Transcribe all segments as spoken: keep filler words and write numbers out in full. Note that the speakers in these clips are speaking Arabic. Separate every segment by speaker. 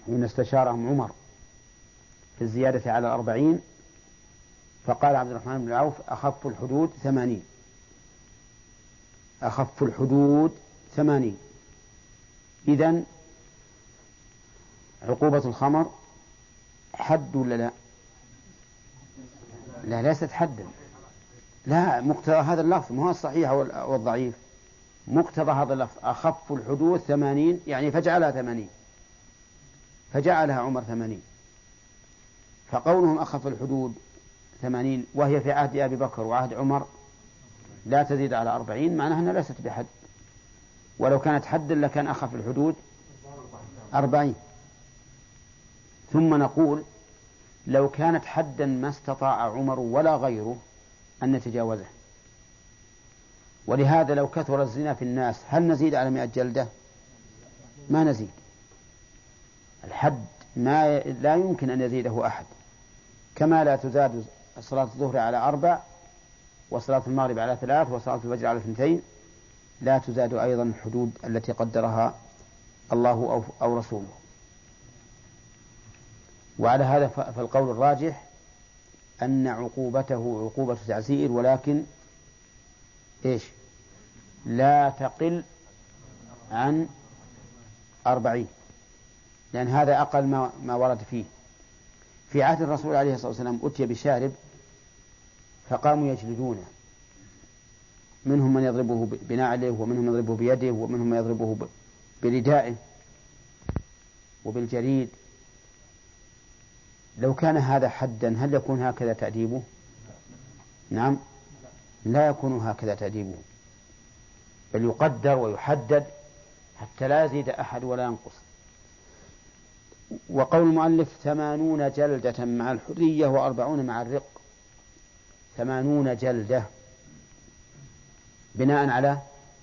Speaker 1: حين استشارهم عمر في الزيادة على الأربعين، فقال عبد الرحمن بن عوف: أخف الحدود ثمانين، أخف الحدود ثمانين. إذن عقوبة الخمر حد ولا لا؟ لا، ليست حدا. لا، مقتضى هذا اللفظ، ما هو الصحيح والضعيف، مقتضى هذا اللفظ أخف الحدود ثمانين، يعني فجعلها ثمانين، فجعلها عمر ثمانين. فقولهم أخف الحدود ثمانين وهي في عهد أبي بكر وعهد عمر لا تزيد على أربعين، معناها أنها ليست بحد، ولو كانت حدا لكان أخف الحدود أربعين. ثم نقول: لو كانت حدا ما استطاع عمر ولا غيره أن يتجاوزه. ولهذا لو كثر الزنا في الناس هل نزيد على مئة جلدة؟ ما نزيد. الحد ما لا يمكن أن يزيده أحد، كما لا تزاد صلاة الظهر على أربع، وصلاة المغرب على ثلاث، وصلاة الفجر على اثنتين، لا تزاد أيضا الحدود التي قدرها الله أو, أو رسوله. وعلى هذا فالقول الراجح أن عقوبته عقوبة تعزير، ولكن إيش؟ لا تقل عن أربعين، لأن هذا أقل ما, ما ورد فيه. في عهد الرسول عليه الصلاة والسلام أتي بشارب فقاموا يجلدونه، منهم من يضربه بنعله، ومنهم من يضربه بيده، ومنهم من يضربه بردائه وبالجريد. لو كان هذا حدا هل يكون هكذا تأديبه؟ نعم، لا يكون هكذا تأديبه، بل يقدر ويحدد حتى لا يزيد أحد ولا ينقص. وقول المؤلف: ثمانون جلدة مع الحرية وأربعون مع الرق، ثمانون جلدة بناء على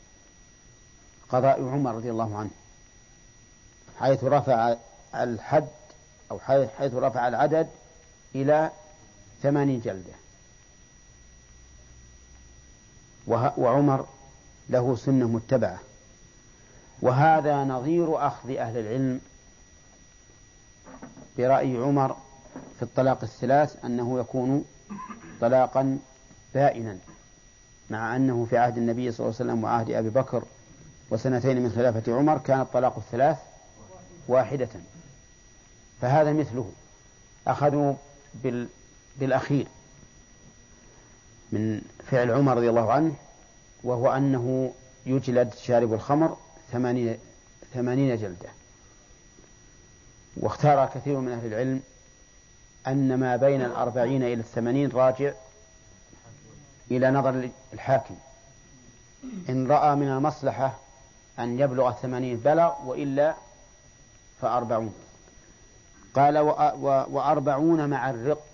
Speaker 1: قضاء عمر رضي الله عنه، حيث رفع الحد أو حيث رفع العدد إلى ثمانين جلدة. وعمر له سنة متبعة، وهذا نظير أخذ أهل العلم برأي عمر في الطلاق الثلاث أنه يكون طلاقا بائنا، مع أنه في عهد النبي صلى الله عليه وسلم وعهد أبي بكر وسنتين من خلافة عمر كان الطلاق الثلاث واحدة. فهذا مثله، أخذوا بال بالأخير من فعل عمر رضي الله عنه، وهو أنه يجلد شارب الخمر ثمانين, ثمانين جلدة. واختار كثير من أهل العلم أن ما بين الأربعين إلى الثمانين راجع إلى نظر الحاكم، إن رأى من المصلحة أن يبلغ الثمانين بلغ، وإلا فأربعون. قال: وأربعون مع الرق،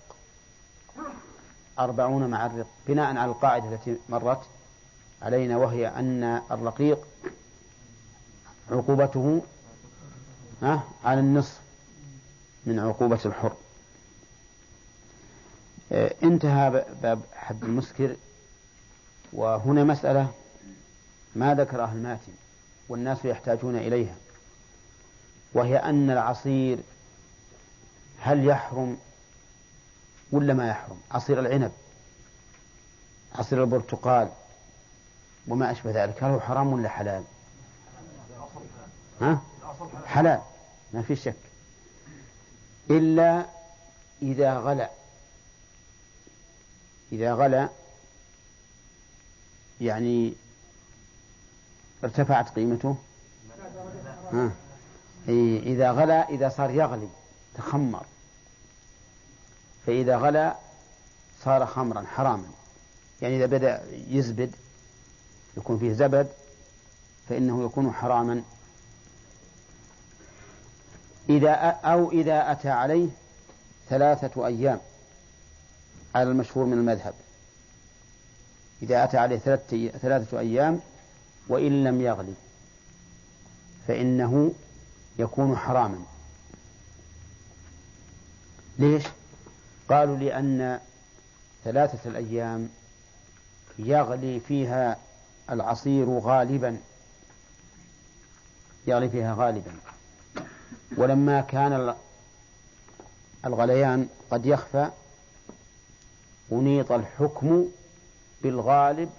Speaker 1: أربعون مع الرق بناء على القاعدة التي مرت علينا، وهي أن الرقيق عقوبته على النصف من عقوبة الحر. انتهى باب حد المسكر. وهنا مسألة ما ذكرها الماتن والناس يحتاجون إليها، وهي أن العصير هل يحرم ولا ما يحرم؟ عصير العنب، عصير البرتقال وما أشبه ذلك، هل هو حرام ولا حلال؟ ها؟ حلال ما في شك، إلا إذا غلى. إذا غلى يعني ارتفعت قيمته. ها؟ إذا غلى، إذا صار يغلي تخمر، فإذا غلى صار خمرا حراما. يعني إذا بدأ يزبد يكون فيه زبد فإنه يكون حراما. إذا أو إذا أتى عليه ثلاثة أيام على المشهور من المذهب، إذا أتى عليه ثلاثة أيام وإن لم يغلي فإنه يكون حراما. ليش؟ قالوا: لأن ثلاثة الأيام يغلي فيها العصير غالبا، يغلي فيها غالبا، ولما كان الغليان قد يخفى أنيط الحكم بالغالب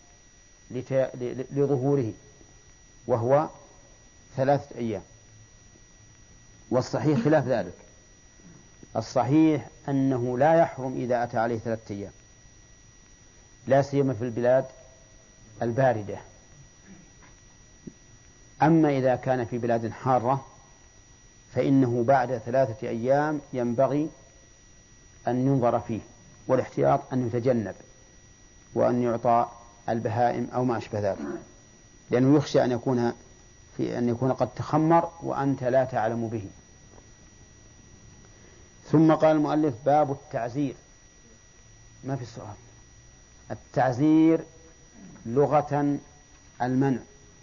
Speaker 1: لظهوره وهو ثلاثة أيام، والصحيح خلاف ذلك. الصحيح أنه لا يحرم إذا أتى عليه ثلاثة أيام، لا سيما في البلاد الباردة. أما إذا كان في بلاد حارة فإنه بعد ثلاثة أيام ينبغي أن ينظر فيه، والاحتياط أن يتجنب وأن يعطى البهائم أو ما أشبه ذلك، لأنه يخشى أن يكون في أن يكون قد تخمر وأنت لا تعلم به. ثم قال المؤلف: باب التعزير. ما في السؤال. التعزير لغة المنع،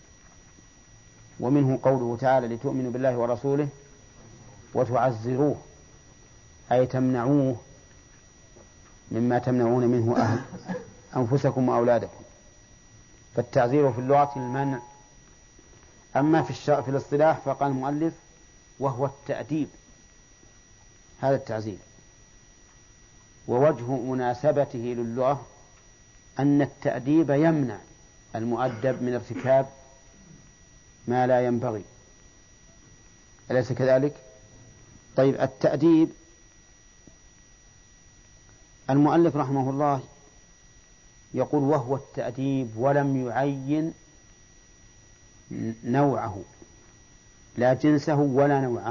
Speaker 1: ومنه قوله تعالى: لتؤمنوا بالله ورسوله وتعزروه، أي تمنعوه مما تمنعون منه أهل أنفسكم وأولادكم. فالتعزير في اللغة المنع. أما في الشرع في الاصطلاح فقال المؤلف: وهو التأديب. هذا التعزير، ووجه مناسبته للغة أن التأديب يمنع المؤدب من ارتكاب ما لا ينبغي، أليس كذلك؟ طيب، التأديب المؤلف رحمه الله يقول: وهو التأديب، ولم يعين نوعه، لا جنسه ولا نوعه،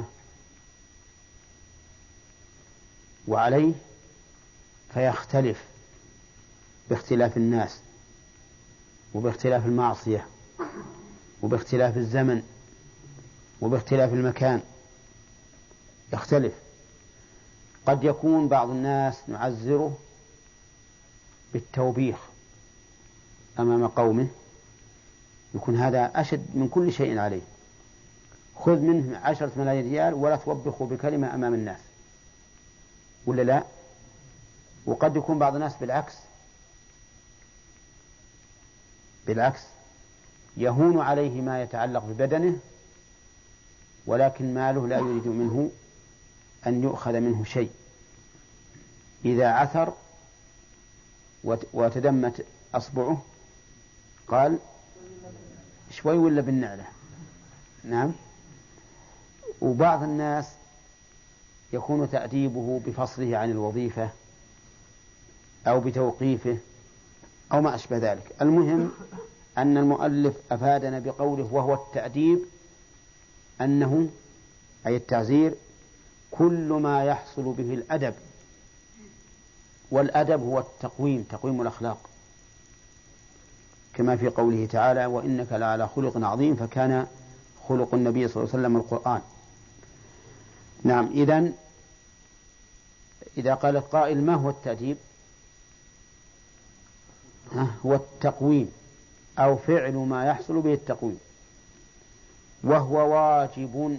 Speaker 1: وعليه فيختلف باختلاف الناس وباختلاف المعصية وباختلاف الزمن وباختلاف المكان، يختلف. قد يكون بعض الناس نعزره بالتوبيخ أمام قومه، يكون هذا أشد من كل شيء عليه، خذ منه عشرة ملايين ريال ولا توبخه بكلمة أمام الناس، ولا لا؟ وقد يكون بعض الناس بالعكس بالعكس يهون عليه ما يتعلق ببدنه، ولكن ماله لا يريد منه أن يؤخذ منه شيء. إذا عثر وتدمت أصبعه قال: شوي ولا بالنعلة. نعم. وبعض الناس يكون تأديبه بفصله عن الوظيفة أو بتوقيفه أو ما أشبه ذلك. المهم أن المؤلف أفادنا بقوله: وهو التأديب، أنه أي التعزير كل ما يحصل به الأدب، والأدب هو التقويم، تقويم الأخلاق، كما في قوله تعالى: وإنك لعلى خلق عظيم، فكان خلق النبي صلى الله عليه وسلم القرآن. نعم. إذن إذا قال القائل: ما هو التأديب؟ هو التقويم أو فعل ما يحصل به التقويم، وهو واجب.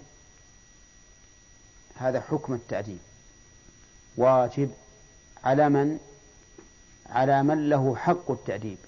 Speaker 1: هذا حكم التأديب، واجب على من؟ على من له حق التأديب.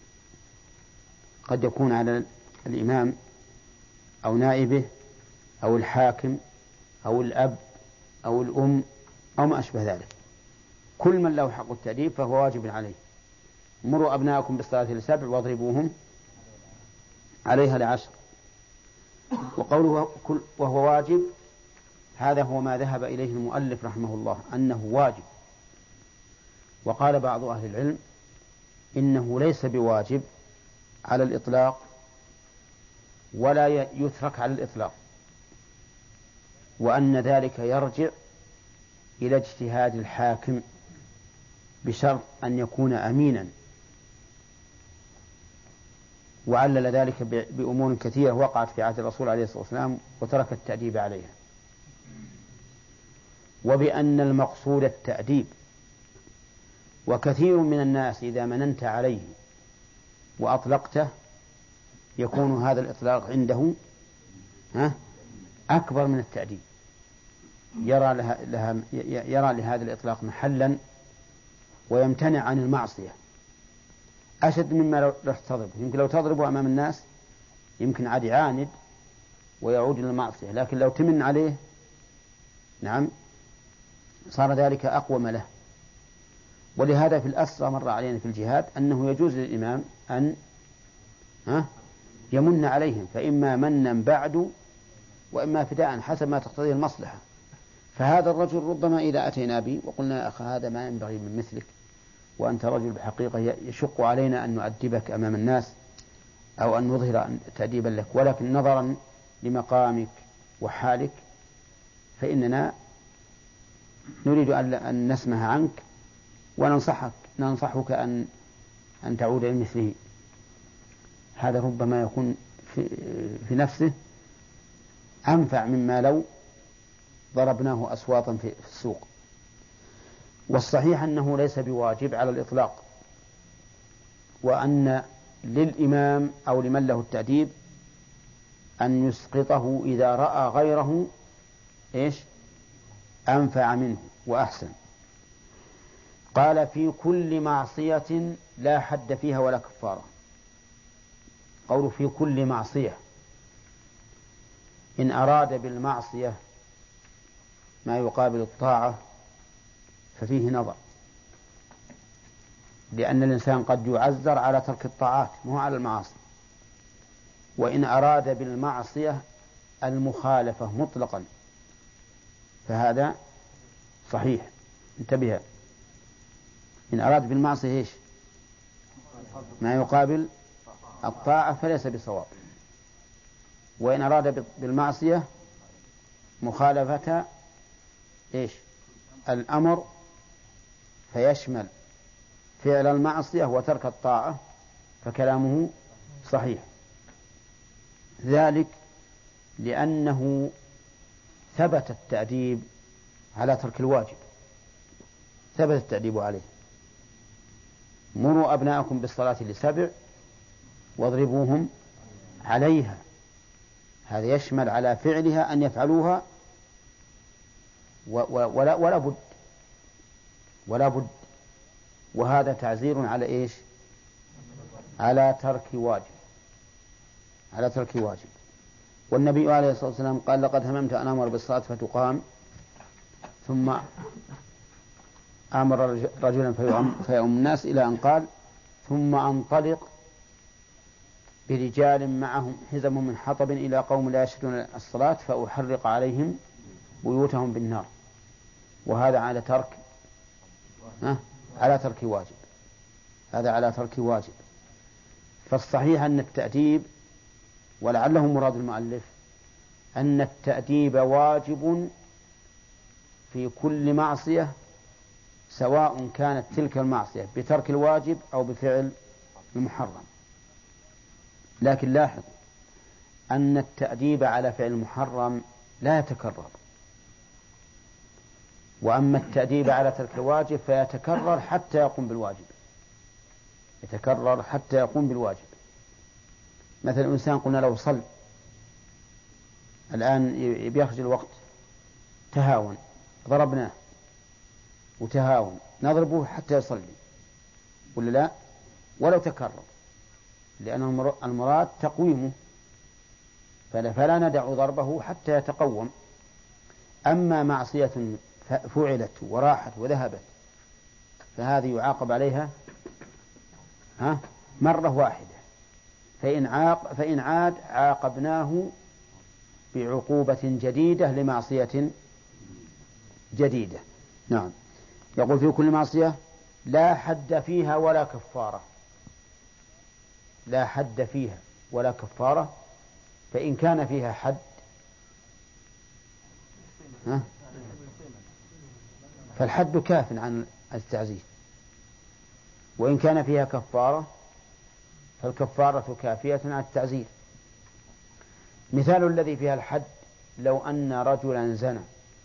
Speaker 1: قد يكون على الإمام أو نائبه أو الحاكم أو الأب أو الأم أو ما أشبه ذلك. كل من له حق التأديب فهو واجب عليه. مروا أبناءكم بالصلاة لسبع واضربوهم عليها لعشر. وقوله وهو واجب، هذا هو ما ذهب إليه المؤلف رحمه الله، أنه واجب. وقال بعض أهل العلم إنه ليس بواجب على الإطلاق ولا يترك على الإطلاق، وأن ذلك يرجع إلى اجتهاد الحاكم بشرط أن يكون أمينا. وعلل ذلك بأمور كثيرة وقعت في عهد الرسول عليه الصلاة والسلام وترك التأديب عليها، وبأن المقصود التأديب. وكثير من الناس إذا مننت عليه وأطلقته يكون هذا الإطلاق عنده ها أكبر من التأديب، يرى لها لها يرى لهذا الإطلاق محلا ويمتنع عن المعصية أشد مما لو تضربه. يمكن لو تضربه أمام الناس يمكن عاد يعاند ويعود إلى المعصية، لكن لو تمن عليه نعم صار ذلك أقوم له. ولهذا في الأسرى مر علينا في الجهاد أنه يجوز للإمام أن يمن عليهم، فإما منا بعد وإما فداء حسب ما تقتضيه المصلحة. فهذا الرجل ربما إذا أتينا به وقلنا يا أخي هذا ما ينبغي من مثلك، وأنت رجل بحقيقة يشق علينا أن نؤدبك أمام الناس أو أن نظهر تأديبا لك، ولكن نظرا لمقامك وحالك فإننا نريد أن نسمع عنك وننصحك ننصحك أن أن تعود لمثله. هذا ربما يكون في, في نفسه أنفع مما لو ضربناه أصواتا في السوق. والصحيح أنه ليس بواجب على الإطلاق، وأن للإمام أو لمن له التأديب أن يسقطه إذا رأى غيره إيش أنفع منه وأحسن. قال في كل معصية لا حد فيها ولا كفارة. قول في كل معصية، إن أراد بالمعصية ما يقابل الطاعة ففيه نظر، لأن الإنسان قد يعذر على ترك الطاعات مو على المعاصي. وإن أراد بالمعصية المخالفة مطلقا فهذا صحيح. انتبه، إن أراد بالمعصية إيش ما يقابل الطاعة فليس بصواب. وإن أراد بالمعصية مخالفة إيش الأمر فيشمل فعل المعصية وترك الطاعة فكلامه صحيح. ذلك لأنه ثبت التأديب على ترك الواجب، ثبت التأديب عليه. مروا أبناءكم بالصلاة لسبع واضربوهم عليها، هذا يشمل على فعلها أن يفعلوها ولا, ولا بد ولا بد وهذا تعزير على إيش على ترك واجب على ترك واجب. والنبي عليه الصلاة والسلام قال لقد هممت أن أمر بالصلاة فتقام ثم أمر رجلا فيؤم الناس إلى أن قال ثم أنطلق برجال معهم حزم من حطب إلى قوم لا يشهدون الصلاة فأحرق عليهم بيوتهم بالنار. وهذا على ترك أه؟ على ترك واجب هذا على ترك واجب. فالصحيح أن التأديب، ولعله مراد المؤلف أن التأديب واجب في كل معصية سواء كانت تلك المعصية بترك الواجب أو بفعل المحرم. لكن لاحظ أن التأديب على فعل المحرم لا يتكرر، وأما التأديب على ترك الواجب فيتكرر حتى يقوم بالواجب يتكرر حتى يقوم بالواجب. مثلا إنسان قلنا له صل، الآن بيخرج الوقت، تهاون، ضربناه وتهاون، نضربه حتى يصلي ولا لا؟ ولو تكرر، لأن المراد تقويمه، فلا ندع ضربه حتى يتقوم. أما معصية فعلت وراحت وذهبت فهذه يعاقب عليها ها مرة واحدة، فإن, عاق فإن عاد عاقبناه بعقوبة جديدة لمعصية جديدة. نعم. يقول في كل معصية لا حد فيها ولا كفارة، لا حد فيها ولا كفارة. فإن كان فيها حد ها فالحد كاف عن التعزير، وإن كان فيها كفارة فالكفارة كافية عن التعزير. مثال الذي فيها الحد لو أن رجلا زنى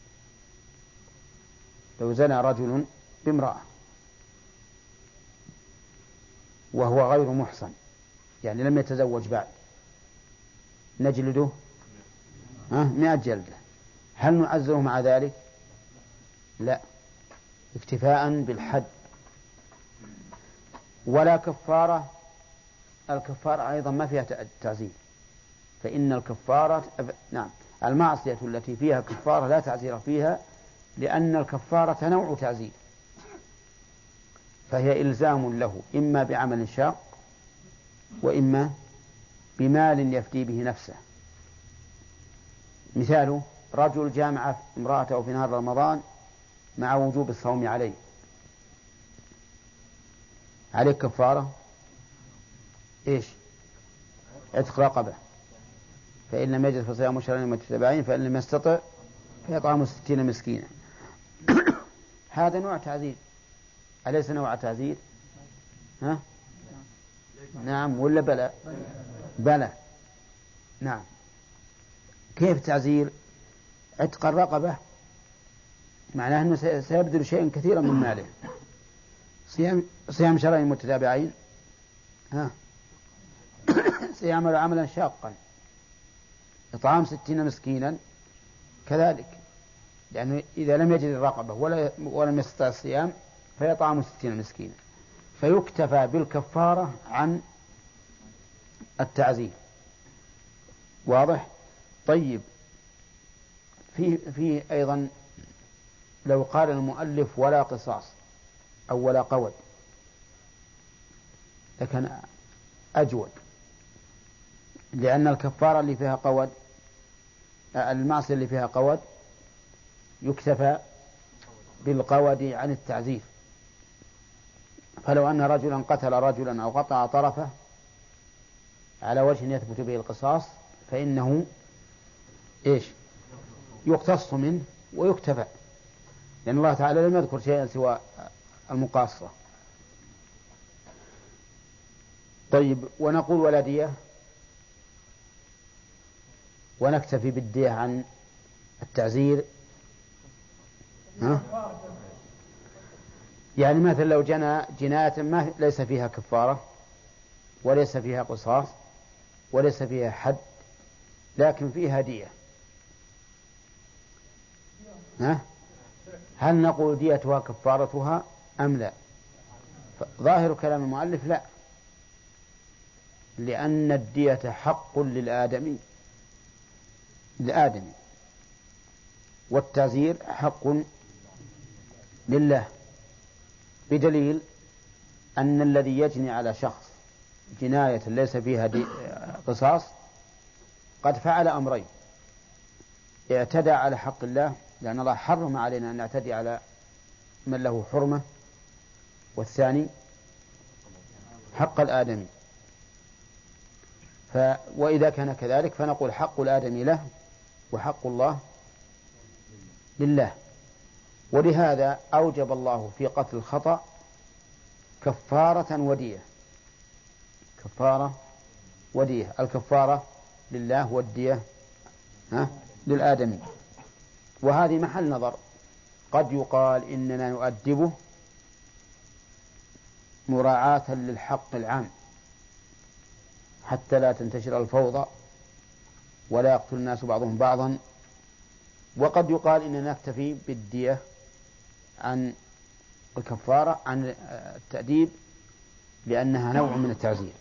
Speaker 1: لو زنى رجل بامرأة وهو غير محصن، يعني لم يتزوج بعد، نجلده مئة جلدة. هل نعزره مع ذلك؟ لا، اكتفاء بالحد. ولا كفارة، الكفارة أيضا ما فيها تعزير، فإن الكفارة نعم المعصية التي فيها كفارة لا تعزير فيها لأن الكفارة نوع تعزير، فهي إلزام له إما بعمل شاق وإما بمال يفدي به نفسه. مثاله رجل جامع امرأته في نهار رمضان مع وجوب الصوم عليه، عليه كفارة إيش؟ عتق رقبة، فإن لم يجد فصيام شهرين متتابعين، فإن لم يستطع فإطعام ستين مسكينا. هذا نوع تعزير، أليس نوع تعزير؟ ها؟ نعم ولا بلى؟ بلى. نعم. كيف تعزير؟ عتق الرقبة معناه أنه سيبذل شيئا كثيرا من ماله. صيام صيام شهرين متتابعين، ها سيعمل عملا شاقا. إطعام ستين مسكينا كذلك، لأنه إذا لم يجد الرقبة ولا ولم يستطع الصيام فيطعم ستين مسكينا، فيكتفى بالكفارة عن التعزير. واضح؟ طيب، في في أيضا لو قال المؤلف ولا قصاص أو ولا قود لكن أجود، لأن الكفارة اللي فيها قود، المعصية اللي فيها قود يكتفى بالقود عن التعزير. فلو أن رجلا قتل رجلا أو قطع طرفه على وجه يثبت به القصاص فإنه إيش؟ يقتص منه ويكتفى، لأن الله تعالى لم يذكر شيئا سوى المقاصة. طيب، ونقول ولا دية، ونكتفي بالدية عن التعزير. ها؟ يعني مثلا لو جنى جناية ما ليس فيها كفارة وليس فيها قصاص وليس فيها حد لكن فيها دية، ها؟ هل نقول ديتها كفارتها أم لا؟ ظاهر كلام المؤلف لا، لأن الدية حق للآدمي للآدمي والتعزير حق لله، بدليل أن الذي يجني على شخص جناية ليس فيها قصاص قد فعل أمرين: اعتدى على حق الله، لأن الله حرم علينا أن نعتدي على من له حرمة، والثاني حق الآدمي. ف... وإذا كان كذلك فنقول حق الآدمي له وحق الله لله. ولهذا أوجب الله في قتل الخطأ كفارة ودية، كفارة ودية، الكفارة لله والدية ها للآدمي. وهذه محل نظر، قد يقال إننا نؤدبه مراعاة للحق العام حتى لا تنتشر الفوضى ولا يقتل الناس بعضهم بعضا، وقد يقال إننا نكتفي بالدية عن الكفارة عن التأديب لأنها نوع من التعزير.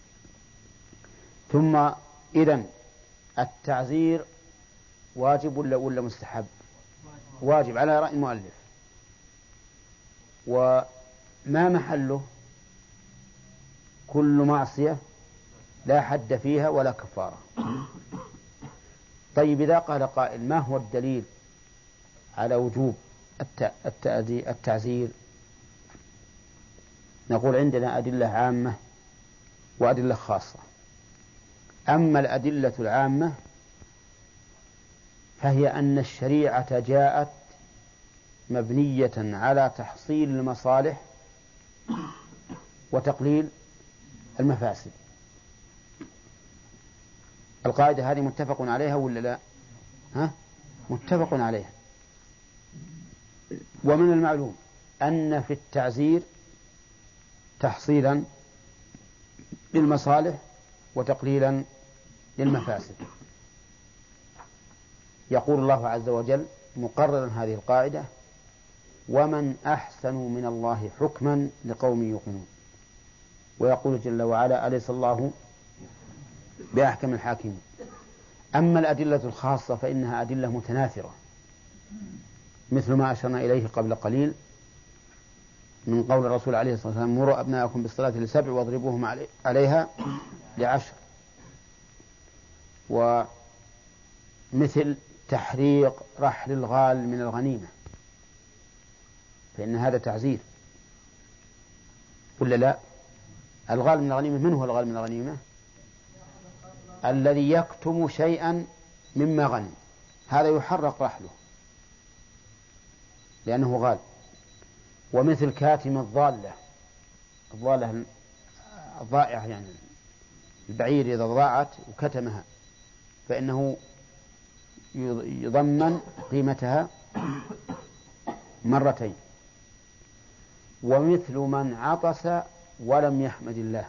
Speaker 1: ثم إذن التعزير واجب ولا ولا مستحب؟ واجب على رأي المؤلف. وما محله؟ كل معصية لا حد فيها ولا كفارة. طيب، إذا قال قائل ما هو الدليل على وجوب التعزير؟ نقول عندنا أدلة عامة وأدلة خاصة. أما الأدلة العامة فهي أن الشريعة جاءت مبنية على تحصيل المصالح وتقليل المفاسد. القاعدة هذه متفق عليها ولا لا؟ ها؟ متفق عليها. ومن المعلوم أن في التعزير تحصيلا للمصالح وتقليلا للمفاسد. يقول الله عز وجل مقررا هذه القاعدة: ومن أحسن من الله حكما لقوم يوقنون. ويقول جل وعلا: أليس الله بأحكم الحاكمين. أما الأدلة الخاصة فإنها أدلة متناثرة مثل ما أشرنا إليه قبل قليل من قول الرسول عليه الصلاة والسلام: مروا أبناءكم بالصلاة لسبع واضربوهم عليها لعشر. ومثل تحريق رحل الغال من الغنيمة، فإن هذا تعزير ولا لا؟ الغال من الغنيمة، من هو الغال من الغنيمة؟ الذي يكتم شيئا مما غنم، هذا يحرق رحله لأنه غال. ومثل كاتم الضالة، الضالة الضائعة يعني البعير إذا ضاعت وكتمها فإنه يضمن قيمتها مرتين. ومثل من عطس ولم يحمد الله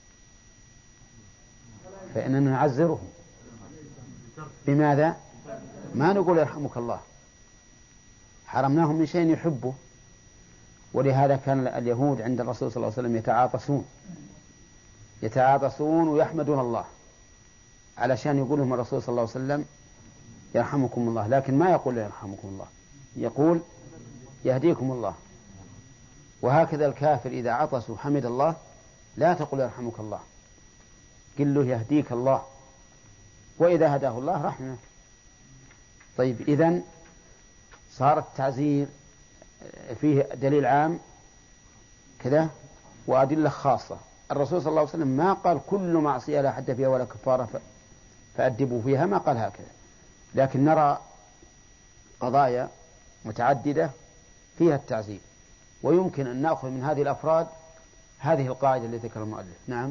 Speaker 1: فإننا نعزره. بماذا؟ ما نقول يرحمك الله، حرمناهم من شيء يحبه. ولهذا كان اليهود عند الرسول صلى الله عليه وسلم يتعاطسون يتعاطسون ويحمدون الله، علشان يقول لهم الرسول صلى الله عليه وسلم يرحمكم الله، لكن ما يقول يرحمكم الله، يقول يهديكم الله. وهكذا الكافر إذا عطس وحمد الله لا تقول يرحمك الله، قل له يهديك الله، وإذا هداه الله رحمه. طيب، إذن صار التعزير فيه دليل عام كذا وأدلة خاصة. الرسول صلى الله عليه وسلم ما قال كل معصية لا حد فيها ولا كفارة فأدبوا فيها، ما قال هكذا، لكن نرى قضايا متعددة فيها التعزير، ويمكن أن نأخذ من هذه الأفراد هذه القاعدة التي ذكر المؤلف. نعم.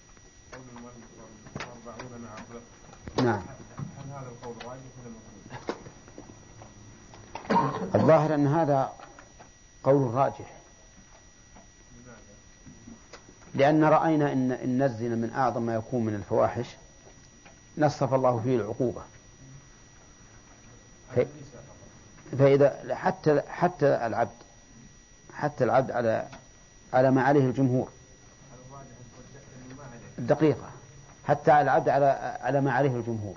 Speaker 1: نعم. الظاهر أن هذا قول راجح، لأن رأينا إن, إن الزنا من أعظم ما يكون من الفواحش، نصف الله فيه العقوبة. فإذا حتى حتى العبد حتى العبد على على ما عليه الجمهور، الدقيقة حتى العبد على على ما عليه الجمهور،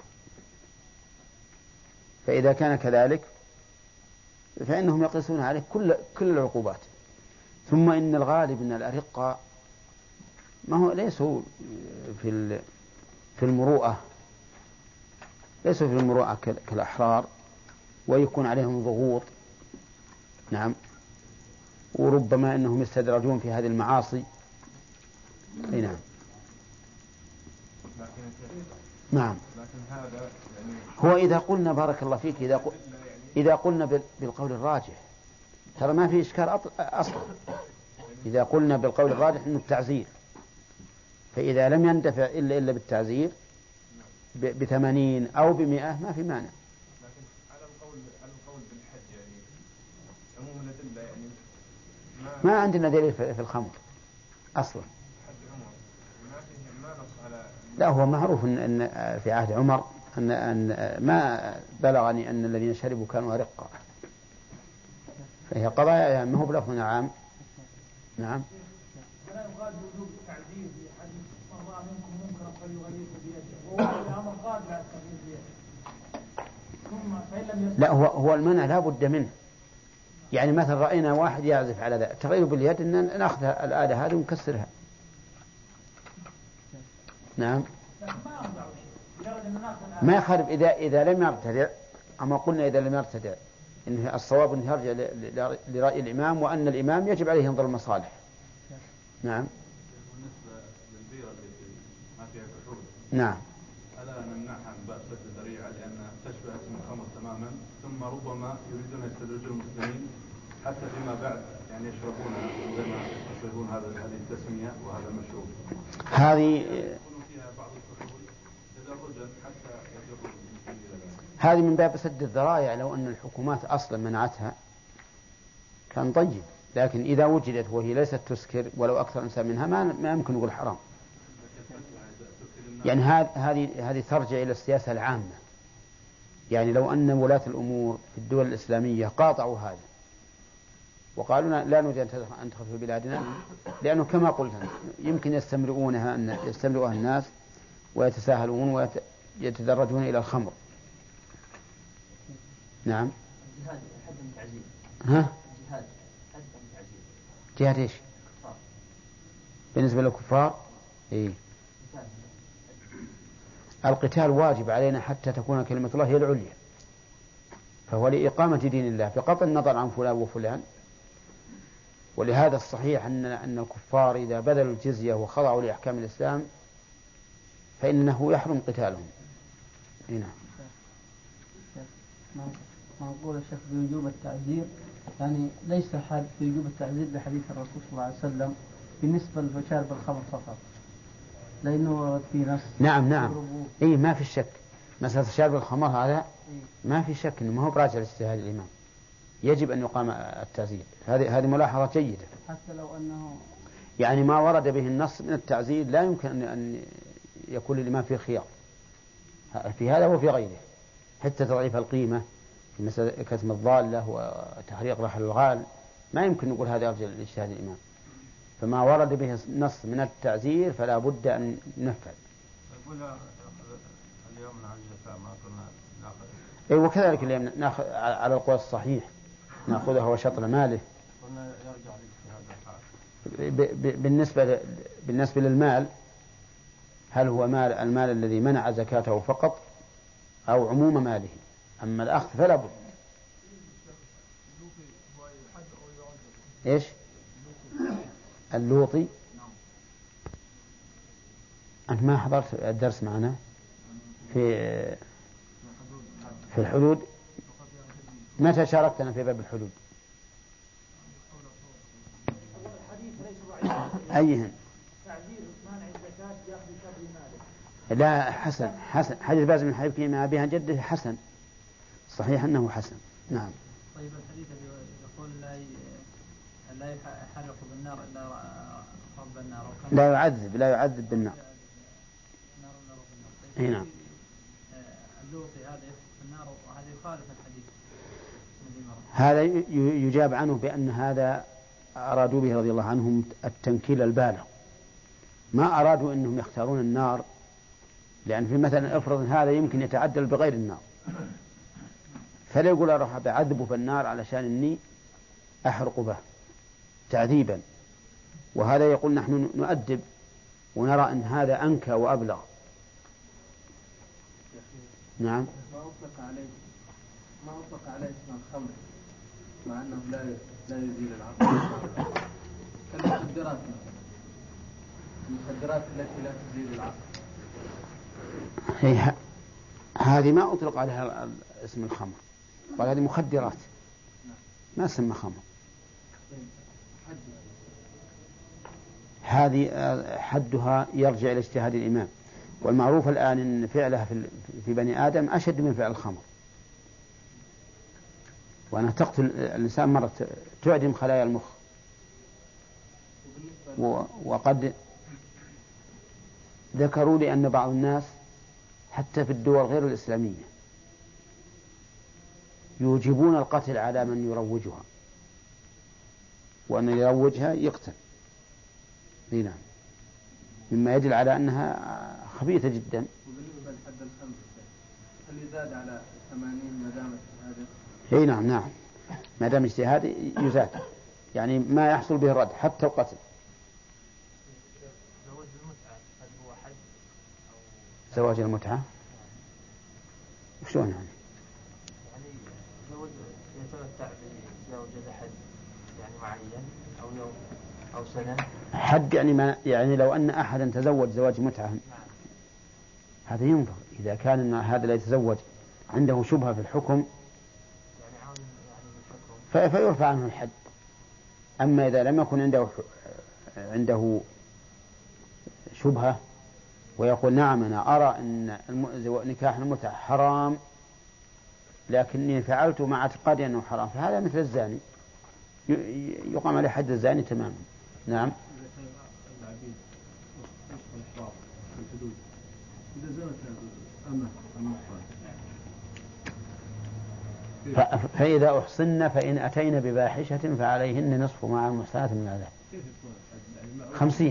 Speaker 1: فإذا كان كذلك فإنهم يقيسون عليه كل كل العقوبات. ثم إن الغالب أن الأرقة ما هو ليسوا في في المروءة ليسوا في المروءة كالأحرار، ويكون عليهم ضغوط. نعم. وربما أنهم يستدرجون في هذه المعاصي. أي نعم. نعم. هو إذا قلنا بارك الله فيك إذا قل إذا قلنا بالقول الراجح ترى ما في إشكال أصلا. إذا قلنا بالقول الراجح إنه التعزير، فإذا لم يندفع إلا إلا بالتعزير بثمانين أو بمئة ما في مانع.
Speaker 2: لكن على القول على القول بالحد يعني عموم الأدلة يعني
Speaker 1: ما, ما عندنا دليل في الخمر أصلا.
Speaker 2: ما نص على
Speaker 1: لا، هو معروف إن, إن في عهد عمر أن, أن ما بلغني أن الذين شربوا كانوا أرقا، فهي قضايا يعني ما هو بلفظ عام. نعم.
Speaker 3: ولا يقال بوجوب التعذيب في حديث من رأى منكم منكرا فليغيره بيده، وهو الأمر قال لا تغيير بيده. ثم فإن لم
Speaker 1: لا، هو هو المنع لا بد منه. يعني مثلا رأينا واحد يعزف على ذا، تغير باليد أن نأخذ الآلة هذه ونكسرها. نعم. ما يخالف إذا إذا لم يرتدع، أما قلنا إذا لم يرتدع إن الصواب أنه يرجع لرأي الإمام، وأن الإمام يجب عليه ينظر المصالح. نعم.
Speaker 2: بالنسبة للبيرة التي ما فيها كحول،
Speaker 1: نعم،
Speaker 2: ألا نمنعها من باب سد الذريعة لأنها تشبه اسم الخمر تماما، ثم ربما يريدون يستدرجون المسلمين حتى فيما بعد يعني يشربونها زي ما يصيبون هذا هذه التسمية وهذا المشروب.
Speaker 1: هذه هذه من باب سد الذرائع. لو أن الحكومات أصلا منعتها كان طيب، لكن إذا وجدت وهي ليست تسكر ولو أكثر إنسان منها ما ما يمكن نقول حرام. يعني هذه هذه ترجع إلى السياسة العامة. يعني لو أن ولاة الأمور في الدول الإسلامية قاطعوا هذا وقالوا لا نريد أن تدخل في بلادنا، لأنه كما قلت يمكن يستمرئونها أن يستمرئها الناس ويتساهلون ويتدرجون إلى الخمر. نعم.
Speaker 4: جهاد حد من تعزيز.
Speaker 1: ها؟
Speaker 4: جهاد حد من تعزيز.
Speaker 1: جهاد إيش؟
Speaker 4: كفار.
Speaker 1: بالنسبة للكفار إيه؟ القتال واجب علينا حتى تكون كلمة الله هي العليا، فهو لإقامة دين الله بقطع النظر عن فلان وفلان. ولهذا الصحيح أن أن الكفار إذا بذلوا الجزية وخضعوا لأحكام الإسلام فإنه يحرم قتالهم. هنا
Speaker 5: ما نقول الشيخ بوجوب التعزير، يعني ليس حادث بوجوب التعزير بحديث الرسول صلى الله عليه وسلم بالنسبة لشارب الخمر فقط، لأنه في نص.
Speaker 1: نعم نعم إيه ما في شك، مسألة شارب الخمر هذا ما في شك إنه ما هو براجع لاجتهاد الإمام، يجب أن يقام التعزير. هذه هذه ملاحظة جيدة.
Speaker 5: حتى لو أنه
Speaker 1: يعني ما ورد به النص من التعزير لا يمكن أن يكون الإمام فيه خيار في هذا وفي غيره، حتى تضعيف القيمة في مسألة كتم الضالة وتحريق رحل الغال ما يمكن نقول هذا يرجع لاجتهاد الإمام. فما ورد به النص من التعزير فلا بد أن ينفذ.
Speaker 6: اليوم نعزل ما قلنا ناخذ.
Speaker 1: إيه وكذلك اليوم ناخذ على القول الصحيح ناخذها وشطر ماله.
Speaker 6: قلنا يرجع لاجتهاد الحاكم.
Speaker 1: بالنسبة بالنسبة للمال هل هو مال المال الذي منع زكاته فقط أو عموم ماله؟ أما الأخذ فلا بد. إيش؟ اللوطي أنت ما حضرت الدرس معنا في في الحدود؟ متى شاركتنا في باب الحدود؟ أيهن؟ لا حسن حسن حديث باز من حديث ما بها جده حسن صحيح أنه حسن. نعم.
Speaker 5: طيب الحديث يقول لا لا يحرق بالنار إلا رب النار.
Speaker 1: لا يعذب لا يعذب بالنار. اي نعم.
Speaker 5: اللوطي هذا يخف بالنار وهذا يخالف الحديث.
Speaker 1: هذا يجاب عنه بأن هذا أرادوا به رضي الله عنهم التنكيل البالغ، ما أرادوا أنهم يختارون النار، لأن في مثلا افرض هذا يمكن يتعدل بغير النار فلا يقول أروح بعذبه في النار علشان إني أحرق به تعذيبا، وهذا يقول نحن نؤدب ونرى أن هذا أنكى وأبلغ. نعم.
Speaker 4: ما أطلق عليه ما أطلق عليه اسم الخمر مع أنه لا لا يزيل العقل كالمخدرات المخدرات التي لا تزيل العقل.
Speaker 1: هي هذه ما أطلق عليها اسم الخمر، قال هذه مخدرات ما سمى خمر. هذه حدها يرجع إلى اجتهاد الإمام، والمعروف الآن أن فعلها في بني آدم أشد من فعل الخمر، وأنا تقتل الإنسان مرة تعدم خلايا المخ. وقد ذكروا لي أن بعض الناس حتى في الدول غير الإسلامية يوجبون القتل على من يروجها، وأن يروجها يقتل. نعم، مما يدل على أنها خبيثة جدا.
Speaker 4: وبالنسبة لحد الخمر هل يزاد على ثمانين ما دام اجتهاد؟
Speaker 1: اي نعم نعم، ما دام اجتهاد يزاد، يعني ما يحصل به الرد حتى القتل.
Speaker 4: زواج المتعة هل هو حد أو
Speaker 1: زواج المتعة وشلون يعني؟
Speaker 4: يعني زوج يتمتع بزوجة حد يعني معين أو يوم أو سنة.
Speaker 1: حد يعني ما يعني لو أن أحدا تزوج زواج متعة هذا ينظر، إذا كان هذا لا يتزوج عنده شبهة في الحكم يعني فيرفع عنه الحد. أما إذا لم يكن عنده عنده شبهة ويقول نعم أنا أرى أن نكاح المتعة حرام لكني فعلت مع اعتقادي أنه حرام، فهذا مثل الزاني يقام عليه حد الزاني تماما. نعم. فإذا أحصن فإن أتينا بفاحشة فعليهن نصف مع المحصنات من العذاب. خمسين.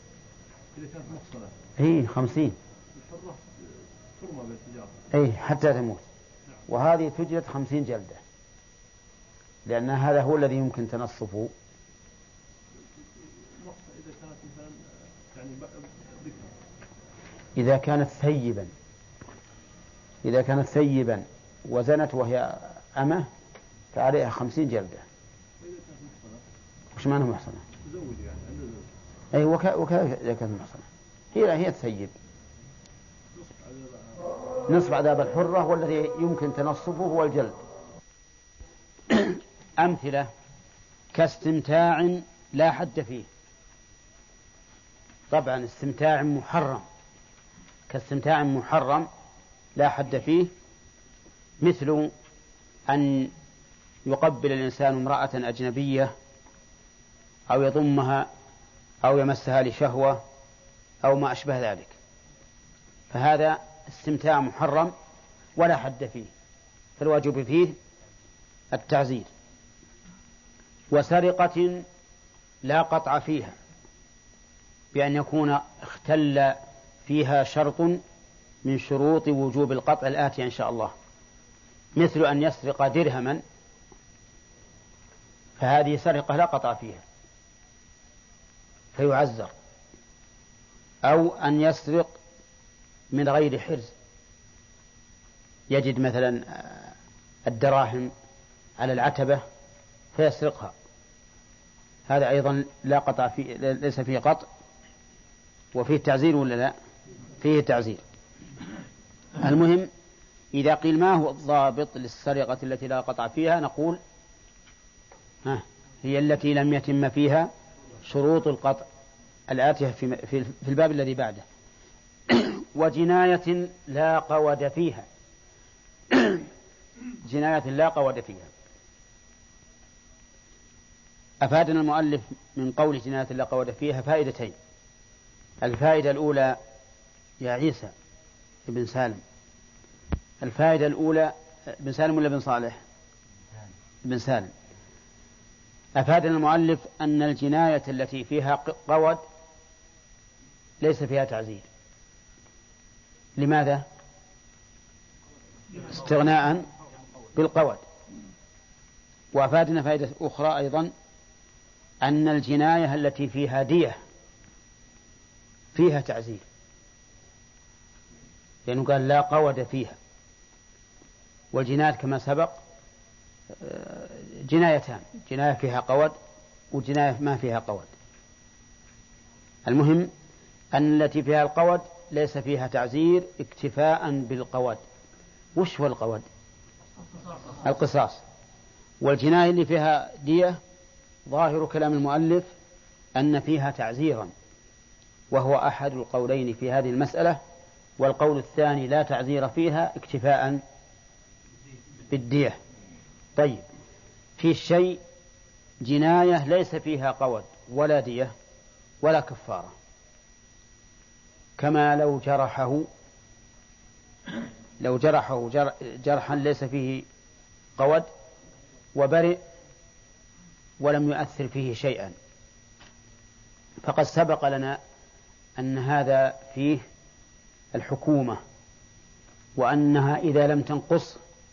Speaker 1: هي خمسين. أي حتى تموت، وهذه تجلد خمسين جلدة لأن هذا هو الذي يمكن تنصفه.
Speaker 6: إذا كانت مثلا يعني بكر
Speaker 1: إذا كانت ثيبا إذا كانت ثيبا وزنت وهي أمه فعليها خمسين جلدة. وش معنى محصنة؟
Speaker 6: تزوج يعني
Speaker 1: أي وكا وكا إذا كانت محصنة هي هي تثيب. نصف عذاب الحرة والذي يمكن تنصفه هو الجلد. أمثلة كاستمتاع لا حد فيه. طبعا استمتاع محرم كاستمتاع محرم لا حد فيه، مثل أن يقبل الإنسان امرأة أجنبية أو يضمها أو يمسها لشهوة أو ما أشبه ذلك، فهذا استمتاع محرم ولا حد فيه، فالواجب فيه التعزير. وسرقة لا قطع فيها، بأن يكون اختل فيها شرط من شروط وجوب القطع الآتي إن شاء الله، مثل أن يسرق درهما، فهذه سرقة لا قطع فيها فيعزر، أو أن يسرق من غير حرز، يجد مثلا الدراهم على العتبة فيسرقها، هذا أيضا لا قطع فيه، ليس فيه قطع وفيه تعزير ولا لا؟ فيه تعزير. المهم إذا قيل ما هو الضابط للسرقة التي لا قطع فيها، نقول ها هي التي لم يتم فيها شروط القطع الآتية في, في, في الباب الذي بعده. وجناية لا قود فيها. جناية لا قود فيها. أفادنا المؤلف من قول جناية لا قود فيها فائدتين. الفائدة الأولى يا عيسى ابن سالم، الفائدة الأولى ابن سالم ولا ابن صالح؟ ابن سالم. أفادنا المؤلف أن الجناية التي فيها قود ليس فيها تعزير. لماذا؟ استغناء بالقود. وأفادنا فائدة أخرى أيضا، أن الجناية التي فيها دية فيها تعزير، لأنه قال لا قود فيها. والجناية كما سبق جنايتان، جناية فيها قود وجناية ما فيها قود. المهم أن التي فيها القود ليس فيها تعزير اكتفاء بالقود. وش هو القود؟ القصاص. والجناية اللي فيها دية ظاهر كلام المؤلف أن فيها تعزيرا، وهو أحد القولين في هذه المسألة. والقول الثاني لا تعزير فيها اكتفاء بالدية. طيب، في شيء جناية ليس فيها قود ولا دية ولا كفارة، كما لو جرحه لو جرحه جرحا ليس فيه قود وبرئ ولم يؤثر فيه شيئا، فقد سبق لنا أن هذا فيه الحكومة، وأنها إذا لم تنقص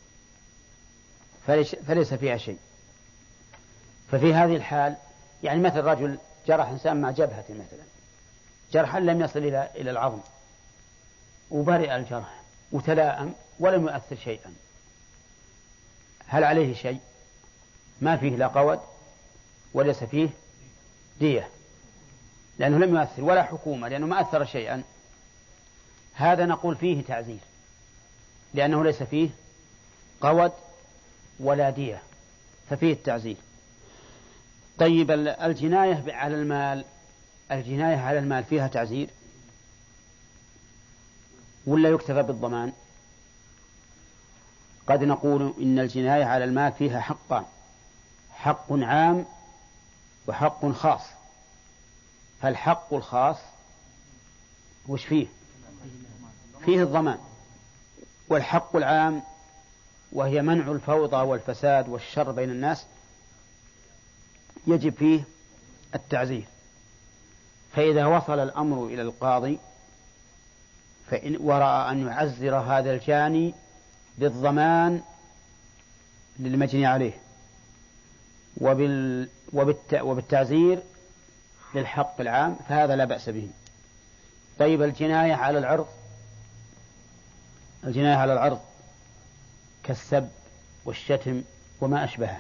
Speaker 1: فليس فيها شيء. ففي هذه الحال يعني مثل رجل جرح إنسان مع جبهته مثلا، جرحا لم يصل إلى إلى العظم وبرئ الجرح وتلائم ولم يؤثر شيئا، هل عليه شيء؟ ما فيه لا قود وليس فيه دية، لأنه لم يؤثر، ولا حكومة لأنه ما أثر شيئا. هذا نقول فيه تعزير لأنه ليس فيه قود ولا دية، ففيه التعزير. طيب، الجناية على المال، الجناية على المال فيها تعزير ولا يكتفى بالضمان؟ قد نقول إن الجناية على المال فيها حقان، حق عام وحق خاص. فالحق الخاص وش فيه؟ فيه الضمان. والحق العام وهي منع الفوضى والفساد والشر بين الناس يجب فيه التعزير. فإذا وصل الأمر إلى القاضي فإن ورأى أن يعزر هذا الجاني بالضمان للمجني عليه وبال وبالت وبالتعزير للحق العام فهذا لا بأس به. طيب الجناية على العرض، الجناية على العرض كالسب والشتم وما أشبهه،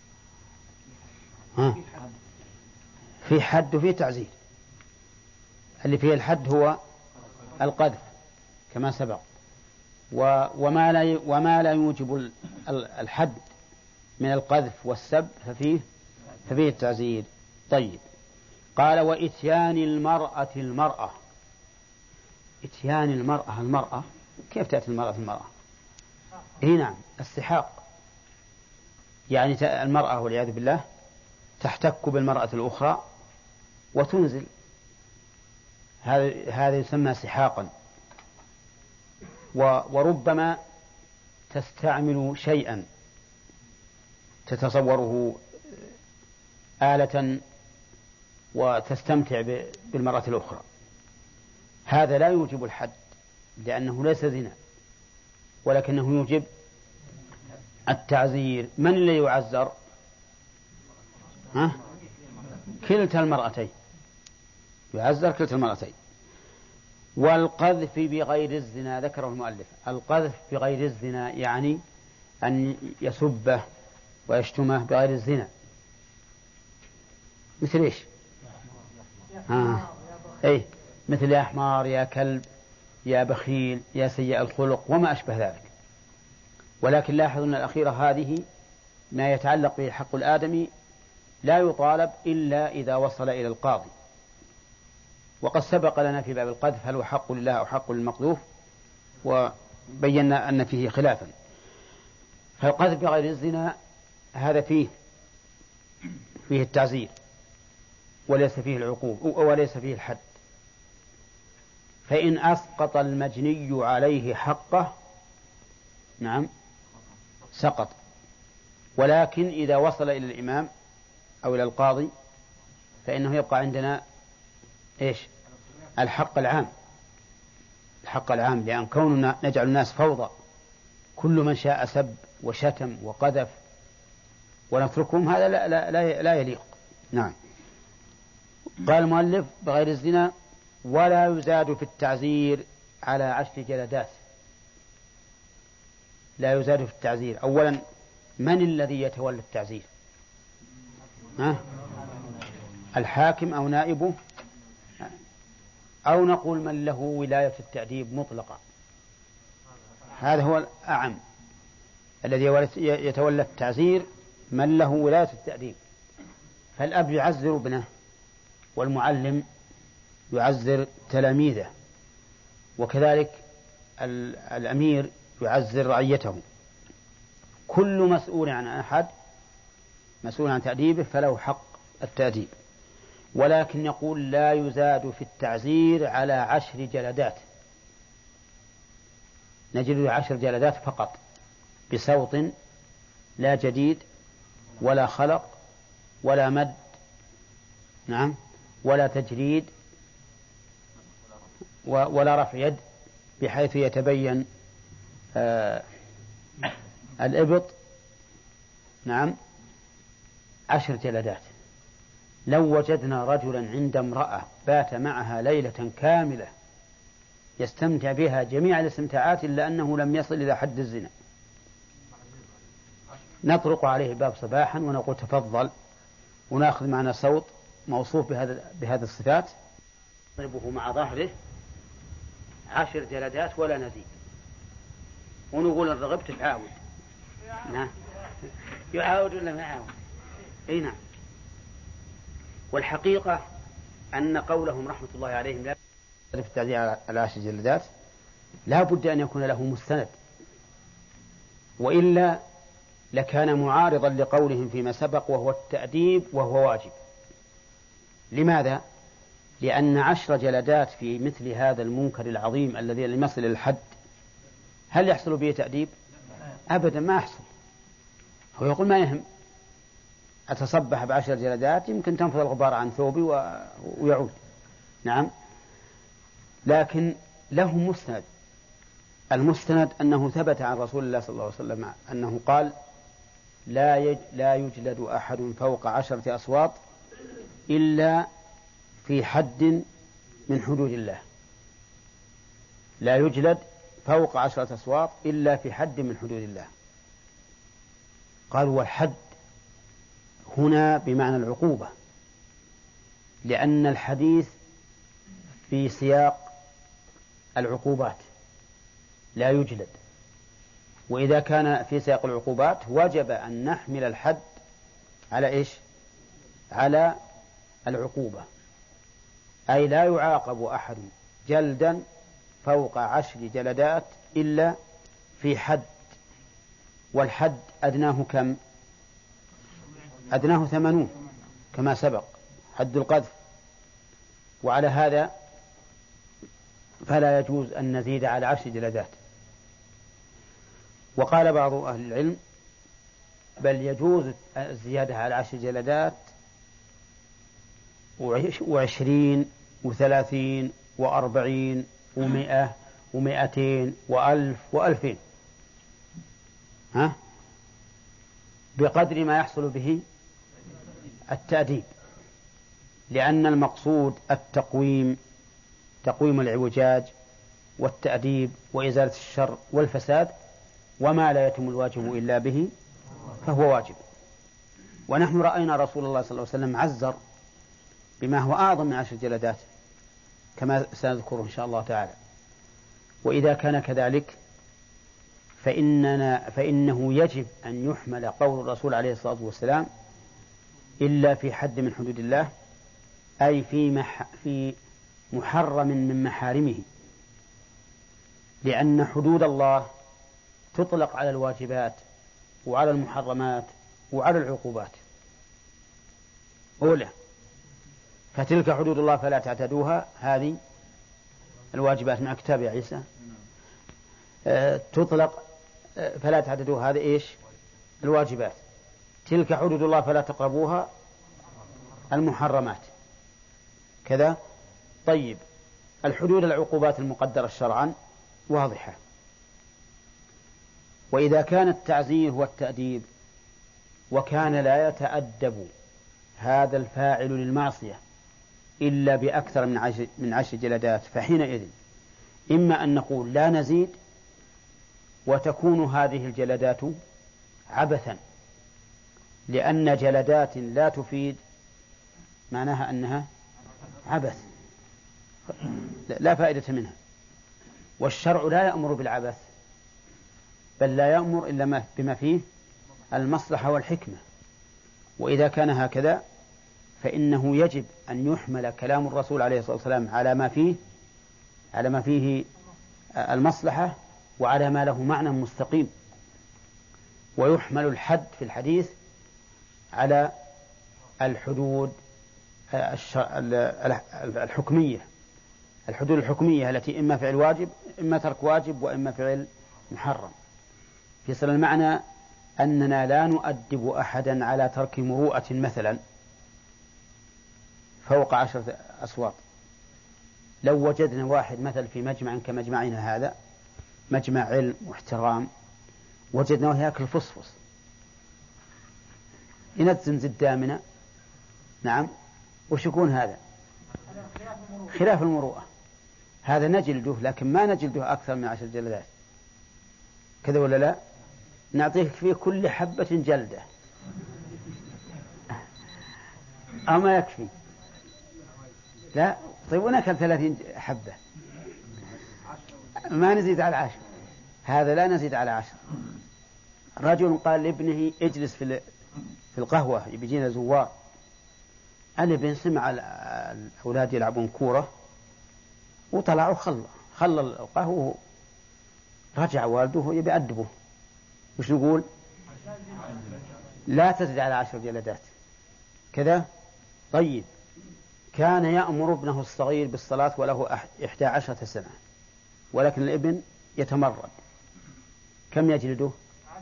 Speaker 1: ها في حد وفي تعزير. اللي فيه الحد هو القذف كما سبق، وما لا وما لا يوجب الحد من القذف والسب ففيه ففيه التعزير. طيب قال وإتيان المرأة المرأة. إتيان المرأة المرأة كيف تأتي المرأة المرأة؟ إيه نعم السحاق، يعني المرأة والعياذ بالله تحتك بالمرأة الأخرى وتنزل، هذا هذا يسمى سحاقا. وربما تستعمل شيئا تتصوره آلة وتستمتع بالمرأة الأخرى، هذا لا يوجب الحد لأنه ليس زنا، ولكنه يوجب التعزير. من اللي يعزر؟ ها؟ كلتا المرأتين، يعزر كلتا المرأتين. والقذف بغير الزنا ذكره المؤلف، القذف بغير الزنا يعني أن يسبه ويشتمه بغير الزنا، مثل إيش؟ آه. إيه مثل يا حمار يا كلب يا بخيل يا سيء الخلق وما أشبه ذلك. ولكن لاحظوا أن الأخيرة هذه ما يتعلق به حق الآدمي لا يطالب إلا إذا وصل إلى القاضي، وقد سبق لنا في باب القذف هل هو حق لله أو حق للمقذوف، وبينا أن فيه خلافا. فالقذف بغير الزنا هذا فيه فيه التعزير وليس فيه العقوبة وليس فيه الحد. فإن أسقط المجني عليه حقه نعم سقط، ولكن إذا وصل إلى الإمام أو إلى القاضي فإنه يبقى عندنا إيش؟ الحق العام، الحق العام، لأن كوننا نجعل الناس فوضى كل من شاء سب وشتم وقذف ونتركهم هذا لا, لا, لا, لا يليق. نعم. قال المؤلف بغير الزنا ولا يزاد في التعزير على عشر جلدات. لا يزاد في التعزير. أولا من الذي يتولى التعزير؟ ها؟ الحاكم أو نائبه، أو نقول من له ولاية التأديب مطلقة، هذا هو الأعم. الذي يتولى التعزير من له ولاية التأديب، فالأب يعزر ابنه، والمعلم يعزر تلاميذه، وكذلك الأمير يعزر رعيته. كل مسؤول عن أحد مسؤول عن تأديبه فله حق التأديب. ولكن يقول لا يزاد في التعزير على عشر جلدات، نجد عشر جلدات فقط بصوت لا جديد ولا خلق ولا مد نعم ولا تجريد ولا رفع يد بحيث يتبين آه الإبط. نعم عشر جلدات. لو وجدنا رجلا عند امرأة بات معها ليلة كاملة يستمتع بها جميع الاستمتاعات إلا أنه لم يصل إلى حد الزنا، نطرق عليه الباب صباحا ونقول تفضل، ونأخذ معنا صوت موصوف بهذا بهذه الصفات، نضربه مع ظهره عشر جلدات ولا نزيد، ونقول إن رغبت تعاود. نعم يعاود ولا ما يعاود؟ اي نعم. والحقيقة أن قولهم رحمة الله عليهم لا في التعزير على عشر جلدات لا بد أن يكون له مستند، وإلا لكان معارضا لقولهم فيما سبق وهو التأديب وهو واجب. لماذا؟ لأن عشر جلدات في مثل هذا المنكر العظيم الذي لم يصل إلى الحد هل يحصل به تأديب؟ أبدا ما يحصل. هو يقول ما يهم، أتصبح بعشر جلدات يمكن تنفض الغبار عن ثوبي ويعود. نعم. لكن له مستند، المستند أنه ثبت عن رسول الله صلى الله عليه وسلم أنه قال لا يج لا يجلد أحد فوق عشرة أصوات إلا في حد من حدود الله. لا يجلد فوق عشرة أصوات إلا في حد من حدود الله. قالوا والحد هنا بمعنى العقوبة، لأن الحديث في سياق العقوبات لا يجلد، وإذا كان في سياق العقوبات وجب أن نحمل الحد على إيش؟ على العقوبة، أي لا يعاقب أحد جلدا فوق عشر جلدات إلا في حد، والحد أدناه كم؟ أدناه ثمانون كما سبق حد القذف، وعلى هذا فلا يجوز أن نزيد على عشر جلدات. وقال بعض أهل العلم بل يجوز الزيادة على عشر جلدات وعشرين وثلاثين وأربعين ومئة ومئتين وألف وألفين، ها؟ بقدر ما يحصل به التأديب، لأن المقصود التقويم، تقويم الإعوجاج والتأديب وإزالة الشر والفساد، وما لا يتم الواجب إلا به فهو واجب. ونحن رأينا رسول الله صلى الله عليه وسلم عزر بما هو أعظم من عشر جلدات كما سنذكره إن شاء الله تعالى. وإذا كان كذلك فإننا فإنه يجب أن يحمل قول الرسول عليه الصلاة والسلام إلا في حد من حدود الله، أي في, مح في محرم من محارمه، لأن حدود الله تطلق على الواجبات وعلى المحرمات وعلى العقوبات. أولى فتلك حدود الله فلا تعتدوها، هذه الواجبات مع كتاب يا عيسى. أه تطلق أه فلا تعتدوها، هذا إيش؟ الواجبات. تلك حدود الله فلا تقربوها، المحرمات كذا. طيب الحدود العقوبات المقدرة شرعا واضحة. وإذا كان التعزير والتأديب وكان لا يتأدب هذا الفاعل للمعصية إلا بأكثر من عشر, من عشر جلدات، فحينئذ إما أن نقول لا نزيد وتكون هذه الجلدات عبثا، لأن جلدات لا تفيد معناها أنها عبث لا فائدة منها، والشرع لا يأمر بالعبث بل لا يأمر إلا بما فيه المصلحة والحكمة. وإذا كان هكذا فإنه يجب أن يحمل كلام الرسول عليه الصلاة والسلام على ما فيه على ما فيه المصلحة وعلى ما له معنى مستقيم، ويحمل الحد في الحديث على الحدود الحكمية الحدود الحكمية التي إما فعل واجب إما ترك واجب وإما فعل محرم. يصل المعنى أننا لا نؤدب أحدا على ترك مروءة مثلا فوق عشرة أصوات. لو وجدنا واحد مثل في مجمع كمجمعنا هذا، مجمع علم واحترام، وجدناه يأكل فصفص ينزن زدامنا، نعم، وش يكون هذا؟ خلاف المروءة. هذا نجلده، لكن ما نجلده أكثر من عشر جلدات، كذا ولا لا؟ نعطيك فيه كل حبة جلدة أما يكفي؟ لا. طيب ونأكل ثلاثين حبة، ما نزيد على عشر، هذا لا نزيد على عشر. رجل قال لابنه اجلس في في القهوة يبيجينا زوار. الابن سمع الأولاد يلعبون كورة وطلعوا خلى خلى القهوة، رجع والده يبي يأدبه. وش نقول؟ لا تزيد على عشر جلدات كذا. طيب كان يأمر ابنه الصغير بالصلاة وله إحدى عشرة سنة، ولكن الابن يتمرد، كم يجلده؟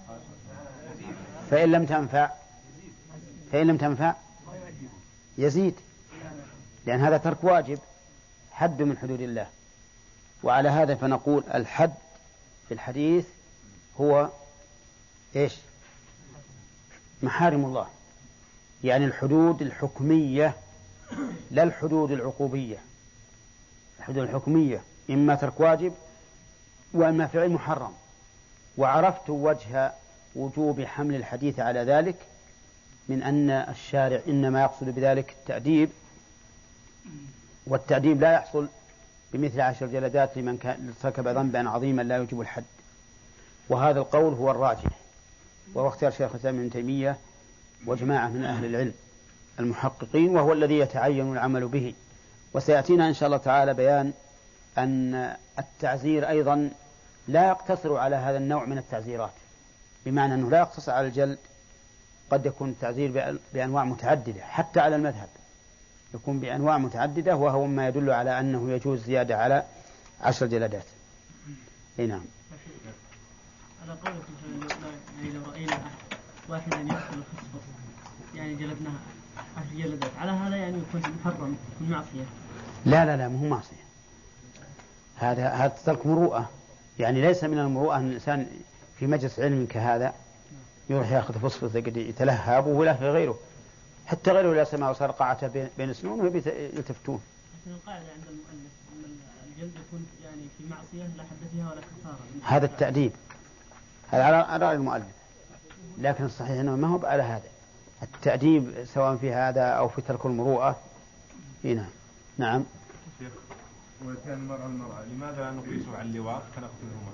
Speaker 1: فإن لم تنفع فإن لم تنفع يزيد، لأن هذا ترك واجب، حد من حدود الله. وعلى هذا فنقول الحد في الحديث هو إيش؟ محارم الله، يعني الحدود الحكمية لا الحدود العقوبية. الحدود الحكمية إما ترك واجب وإما فعل محرم. وعرفت وجه وجوب حمل الحديث على ذلك من أن الشارع إنما يقصد بذلك التأديب، والتأديب لا يحصل بمثل عشر جلدات لمن كان ارتكب ذنبا عظيما لا يوجب الحد. وهذا القول هو الراجح، وهو اختيار شيخ الإسلام ابن تيمية وجماعة من أهل العلم المحققين، وهو الذي يتعين العمل به. وسيأتينا إن شاء الله تعالى بيان أن التعزير أيضا لا يقتصر على هذا النوع من التعزيرات، بمعنى أنه لا يقتصر على الجلد، قد يكون التعزير بأنواع متعددة حتى على المذهب يكون بأنواع متعددة، وهو ما يدل على أنه يجوز زيادة على عشر جلدات. اي نعم.
Speaker 5: على قولك يعني لو رأينا واحدا يقتل خصبه يعني جلدناه عشر جلدات، على هذا يعني يكون محرم، يكون معصية؟
Speaker 1: لا لا لا، مو معصية، هذا هذا ترك مروءة. يعني ليس من المروءة أن الإنسان في مجلس علم كهذا يروح يأخذ فصفة قد يتلهب ولا في غيره، حتى غيره لا سمع وصار قاعته بين سنونه يلتفتون.
Speaker 5: لكن القاعدة عند المؤلف أن الجلد يكون يعني في معصية لا حد فيها ولا كفارة.
Speaker 1: هذا التأديب، هذا على رأي المؤلف، لكن الصحيح أنه ما هو على هذا التأديب، سواء في هذا أو في ترك المروءة. هنا نعم.
Speaker 2: وكان المرأة المرأة لماذا نقيسه على اللواط كنقتلهما؟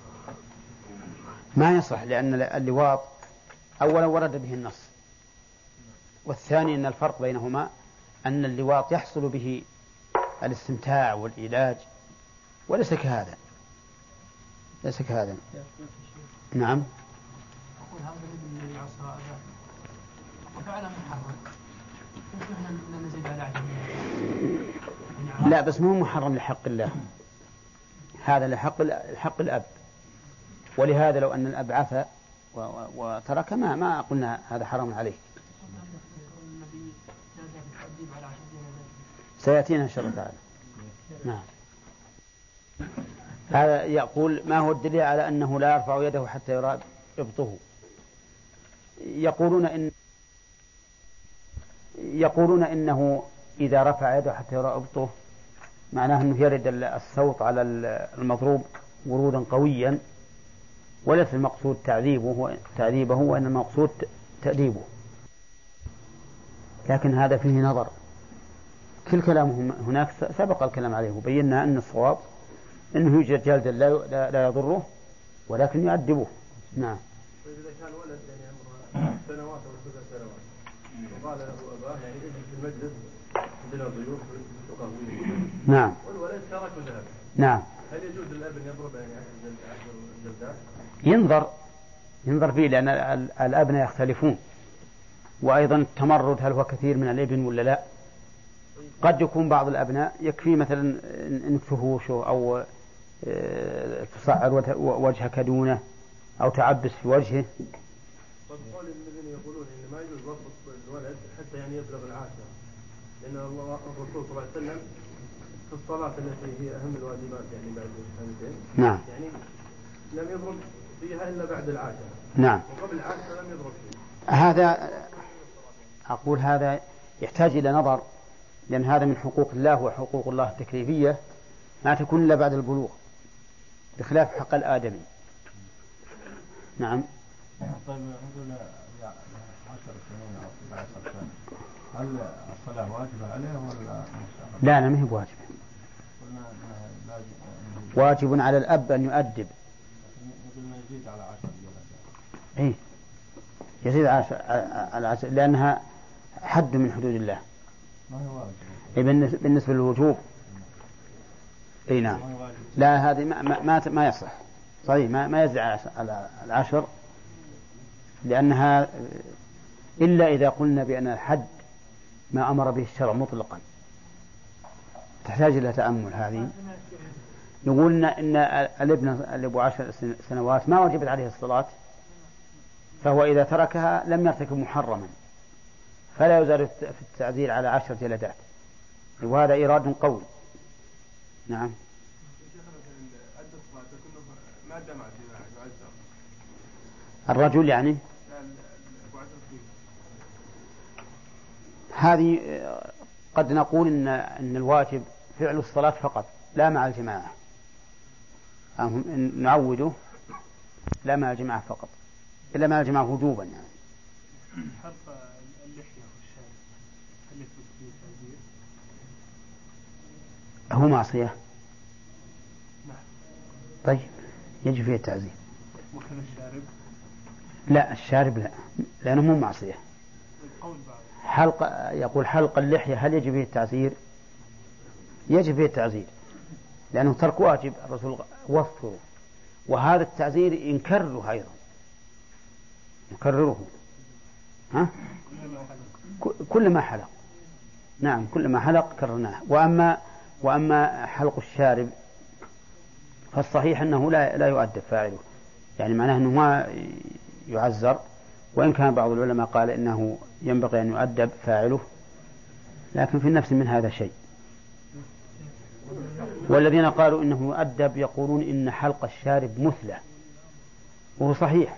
Speaker 1: ما يصح، لأن اللواط أولا ورد به النص، والثاني أن الفرق بينهما أن اللواط يحصل به الاستمتاع والعلاج، وليس كهذا، ليس كهذا. نعم.
Speaker 3: أقول هذا الذي يعصى هذا وفعلا محرم، كيف نحن نزيد على عشرين؟
Speaker 1: لا بس مو محرم لحق الله، هذا لحق الحق الأب، ولهذا لو أن الأب عفا وترك ما ما قلنا هذا حرام عليه. سيأتينا إن شاء الله تعالى. نعم. هذا يقول ما هو الدليل على أنه لا يرفع يده حتى يرى إبطه؟ يقولون إن يقولون إنه إذا رفع يده حتى يرى إبطه معناه أنه يرد الصوت على المضروب ورودا قويا، وليس المقصود تعذيبه تعذيبه وإنما المقصود تأديبه. لكن هذا فيه نظر، كل كلامهم هناك سبق الكلام عليه، وبينا أن الصواب أنه يوجد جلد لا, لا يضره ولكن يعذبه. نعم.
Speaker 6: إذا كان ولد يعني عمره سنوات أو سبع سنوات وقال له أباه يعني اجلس في المجلس عندنا ضيوف وقهوة،
Speaker 1: نعم،
Speaker 6: والولد ترك وذهب،
Speaker 1: نعم،
Speaker 6: هل يجوز للأب أن يضرب يعني عشر جلدات؟
Speaker 1: ينظر ينظر فيه، لأن الأبناء يختلفون، وأيضا التمرد هل هو كثير من الابن ولا لا. قد يكون بعض الأبناء يكفي مثلا إن تهوشه أو تصعر وجهك دونه أو تعبس في وجهه.
Speaker 6: قول الذين يقولون إن ما يجوز ضبط الولد حتى يعني يبلغ العاشرة، لأن الله الرسول صلى الله عليه وسلم في الصلاة التي هي أهم الواجبات يعني بعد الشهادتين،
Speaker 1: نعم،
Speaker 6: يعني لم يضرب فيها إلا بعد العاشرة،
Speaker 1: نعم،
Speaker 6: وقبل العاشرة لم يضرب فيها.
Speaker 1: هذا أقول هذا يحتاج إلى نظر، لأن هذا من حقوق الله وحقوق الله التكليفية ما تكون إلا بعد البلوغ، بخلاف حق الآدمي. نعم.
Speaker 7: طيب نقول عشر سنين أو سبع سنين، هل الصلاة واجبة عليه ولا؟
Speaker 1: لا لا، ما هي بواجبة. واجب على الأب أن يؤدب.
Speaker 7: نقول يزيد على عشر جلسات.
Speaker 1: إيه يزيد على عشر، لأنها حد من حدود الله.
Speaker 7: ما هو واجب.
Speaker 1: إيه بالنسبة للوجوب. إيه نعم. لا هذه ما ما ما يصح. صحيح ما ما يزيد على العشر، لأنها إلا إذا قلنا بأن الحد ما أمر به الشرع مطلقا، تحتاج إلى تأمل. هذه نقول إن الابن اللي أبو عشر سنوات ما وجبت عليه الصلاة، فهو إذا تركها لم يرتكب محرما، فلا يزال في التعذير على عشر جلدات، وهذا إيراد قوي. نعم.
Speaker 2: ما جمع
Speaker 1: الرجل يعني هذه قد نقول إن, إن الواجب فعل الصلاة فقط لا مع الجماعة، نعوده لا مع الجماعة فقط، إلا مع الجماعة وجوبا يعني.
Speaker 3: حلق اللحية والشارب هل يثبت فيه تعزير؟
Speaker 1: هو معصية؟
Speaker 3: نعم.
Speaker 1: طيب يجب فيه التعزير.
Speaker 3: وكان الشارب؟
Speaker 1: لا الشارب لا، لأنه مو معصية.
Speaker 3: القول بعض.
Speaker 1: حلق يقول حلق اللحية هل يجب فيه التعزير؟ يجب فيه التعزير لأنه ترك واجب، الرسول وفره، وهذا التعزير ينكرره أيضا، نكرره ها؟ كل ما حلق، نعم كل ما حلق كررناه. وأما وأما حلق الشارب فالصحيح أنه لا لا يؤدب فاعله، يعني معناه أنه ما يعزر، وإن كان بعض العلماء قال إنه ينبغي أن يؤدب فاعله، لكن في النفس من هذا شيء. والذين قالوا إنه يؤدب يقولون إن حلق الشارب مثلة، وهو صحيح.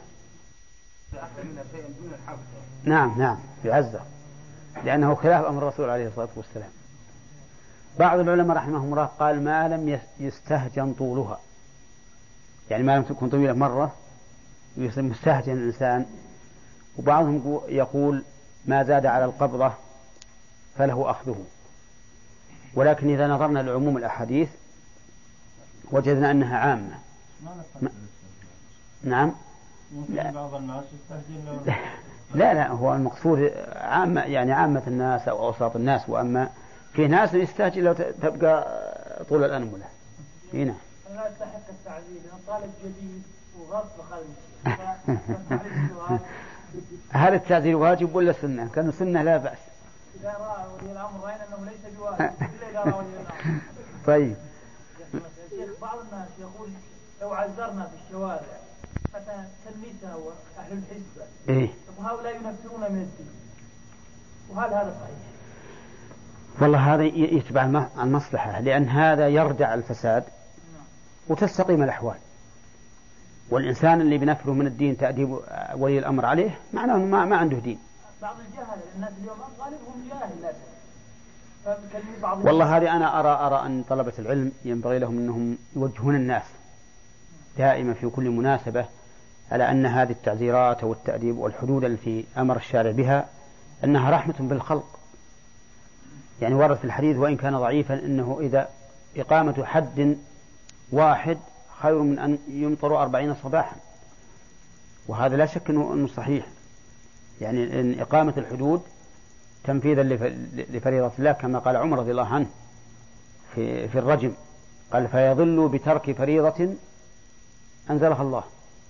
Speaker 1: نعم نعم يعزر، لأنه خلاف أمر الرسول عليه الصلاة والسلام. بعض العلماء رحمهم الله قال ما لم يستهجن طولها، يعني ما لم تكن طويلة مرة يصير مستهجن الإنسان. وبعضهم يقول ما زاد على القبضة فله أخذه. ولكن إذا نظرنا لعموم الأحاديث وجدنا أنها عامة. م... نعم لا.
Speaker 7: بعض الناس يستهجن
Speaker 1: لا لا هو المقصود عامة، يعني عامة الناس أو أوساط الناس، وأما في ناس يستهجن لو تبقى طول الأنملة هنا.
Speaker 3: لا يستحق التعزيز لأن طالب جديد وغصب خلص.
Speaker 1: هل التعزير واجب ولا سنة؟ كان سنة لا بأس.
Speaker 3: إذا رأى ولي الأمر رأينا أنه ليس بواجب إلا إذا رأى ولي الأمر.
Speaker 1: طيب.
Speaker 3: الشيخ بعض الناس يقول لو عزرنا في الشوارع مثلا تلميذنا وأهل الحزب
Speaker 1: إيه؟
Speaker 3: وهؤلاء ينفرون من الدين، وهل هذا صحيح؟
Speaker 1: والله هذا يتبع المصلحة، لأن هذا يردع الفساد وتستقيم الأحوال. والإنسان اللي بنفره من الدين تأديب ولي الأمر عليه معناه أنه ما, ما عنده دين.
Speaker 3: بعض الجهل الناس اليوم غالبهم جاهل لا.
Speaker 1: والله هذه أنا أرى أرى أن طلبة العلم ينبغي لهم أنهم يوجهون الناس دائما في كل مناسبة على أن هذه التعزيرات والتأديب والحدود التي أمر الشارع بها أنها رحمة بالخلق. يعني ورد في الحديث وإن كان ضعيفا أنه إذا إقامة حد واحد خير من أن يمطروا أربعين صباحا، وهذا لا شك أنه صحيح. يعني إن إقامة الحدود تنفيذا لفريضة الله، كما قال عمر رضي الله عنه في, في الرجم، قال فيضل بترك فريضة أنزلها الله.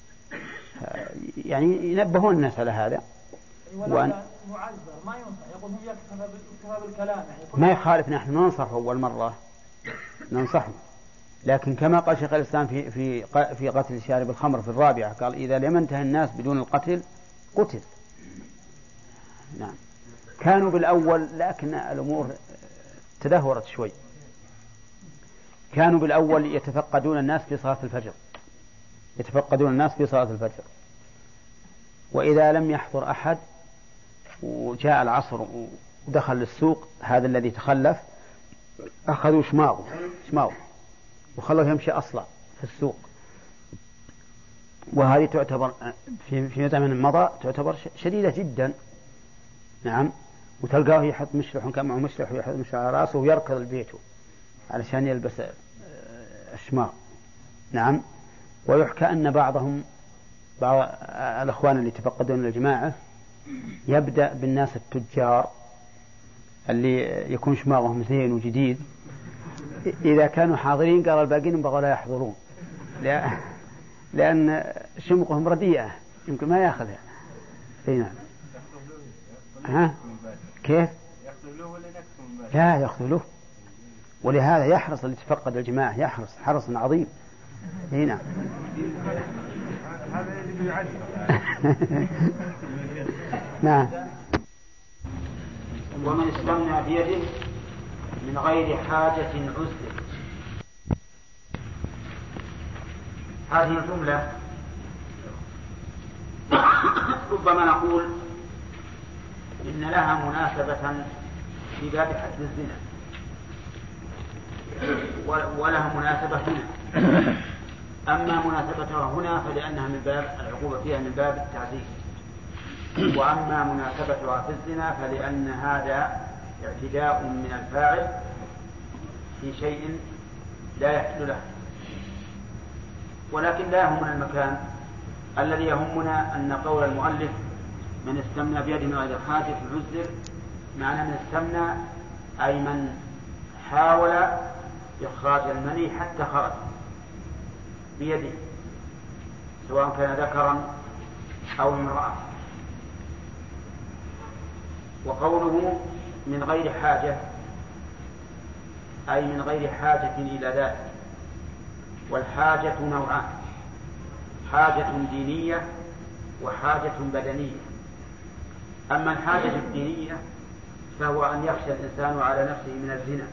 Speaker 1: يعني ينبهون الناس على هذا.
Speaker 3: وأن معذر ما ينصح، يقول هم يكتفى بالكلام يعني
Speaker 1: ما يخالف، نحن ننصح أول مرة ننصحه، لكن كما قال شيخ الإسلام في في في قتل شارب الخمر في الرابعة، قال إذا لم ينتهي الناس بدون القتل قتل. نعم كانوا بالأول، لكن الأمور تدهورت شوي. كانوا بالأول يتفقدون الناس في صلاة الفجر، يتفقدون الناس في صلاة الفجر، وإذا لم يحضر أحد وجاء العصر ودخل السوق هذا الذي تخلف أخذوا شماغه شماغه وخلوه يمشي أصلا في السوق. وهذه تعتبر في في زمن مضى تعتبر شديدة جدا. نعم وتلقاه يحط مشلح كان معه مشلح ويحط مشلح على رأسه ويركض البيت علشان يلبس الشماغ. نعم ويحكى أن بعضهم بعض الأخوان اللي تفقدون الجماعة يبدأ بالناس التجار اللي يكون شماغهم زين وجديد، إذا كانوا حاضرين قال الباقين بغوا لا يحضرون لأن شمقهم رديئة يمكن ما يأخذها. هنا ها كيف؟ لا يأخذ ولهذا يحرص اللي تفقد الجماعة، يحرص حرص عظيم. هنا نعم. ومن استمنى بيده من غير حاجة عسر. هذه الجملة ربما نقول إن لها مناسبة في باب حد الزنا ولها مناسبة هنا. أما مناسبتها هنا فلأنها من باب العقوبة فيها من باب التعزيز، وأما مناسبتها في الزنا فلأن هذا اعتداء من الفاعل في شيء لا يحل له. ولكن لا يهمنا المكان، الذي يهمنا أن قول المؤلف من استمنى بيده من غير حاجة عزر، معنى من استمنى أي من حاول إخراج المني حتى خرج بيده، سواء كان ذكرا أو امرأة. وقوله من غير حاجة أي من غير حاجة إلى ذلك. والحاجة نوعان: حاجة دينية وحاجة بدنية. أما الحاجة الدينية فهو أن يخشى الإنسان على نفسه من الزنا،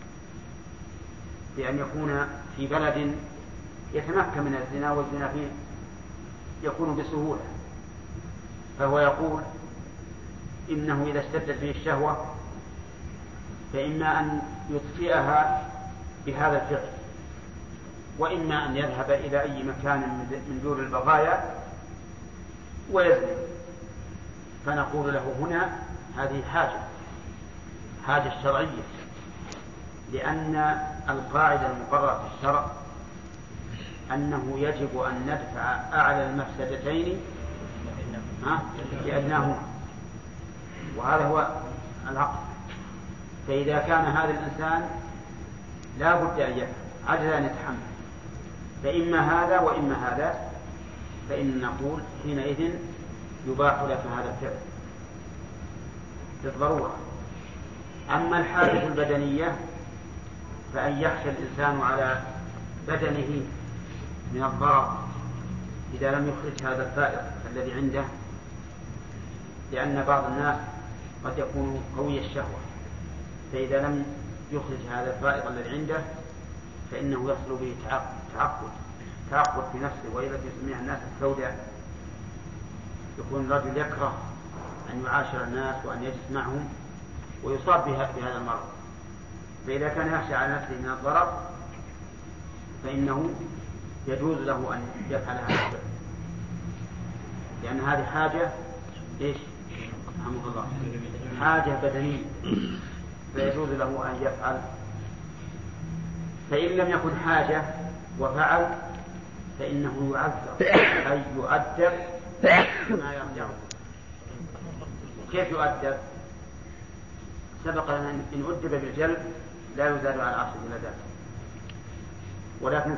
Speaker 1: بأن يكون في بلد يتمكن من الزنا، والزنا فيه يكون بسهولة، فهو يقول إنه إذا اشتدت به الشهوة فإما أن يطفئها بهذا الفعل، وإما أن يذهب إلى أي مكان من دور البغايا ويزني. فنقول له هنا هذه حاجة حاجة شرعية، لأن القاعدة المقررة في الشرع أنه يجب أن ندفع أعلى المفسدتين لأدناهما، وهذا هو العقل. فإذا كان هذا الإنسان لا بد أن يفعل، عجز أن يتحمل، فإما هذا وإما هذا، فإن نقول حينئذ يباح لك هذا الفعل بالضرورة. أما الحاجة البدنية فأن يخشى الإنسان على بدنه من الضرر إذا لم يخرج هذا الفائض الذي عنده، لأن بعض الناس قد يكون قوي الشهوة، فإذا لم يخرج هذا الفائض الذي عنده فإنه يحصل به تعقد تعقد في نفسه، وإذا يسميها الناس السوداء. يكون الرجل يكره أن يعاشر الناس وأن يجلس معهم ويصاب بهذا المرض. فإذا كان يخشى على نفسه من الضرر فإنه يجوز له أن يفعل هذا الفعل، لأن هذه حاجة إيش؟ رحمه الله، حاجة بدنية، فيجوز له أن يفعل. فإن لم يكن حاجة وفعل فإنه يعذر، أي يؤدب ما يرجعه. كيف يؤدب؟ سبق لنا إن أدب بالجلد لا يزاد على عشر جلدات، ولكن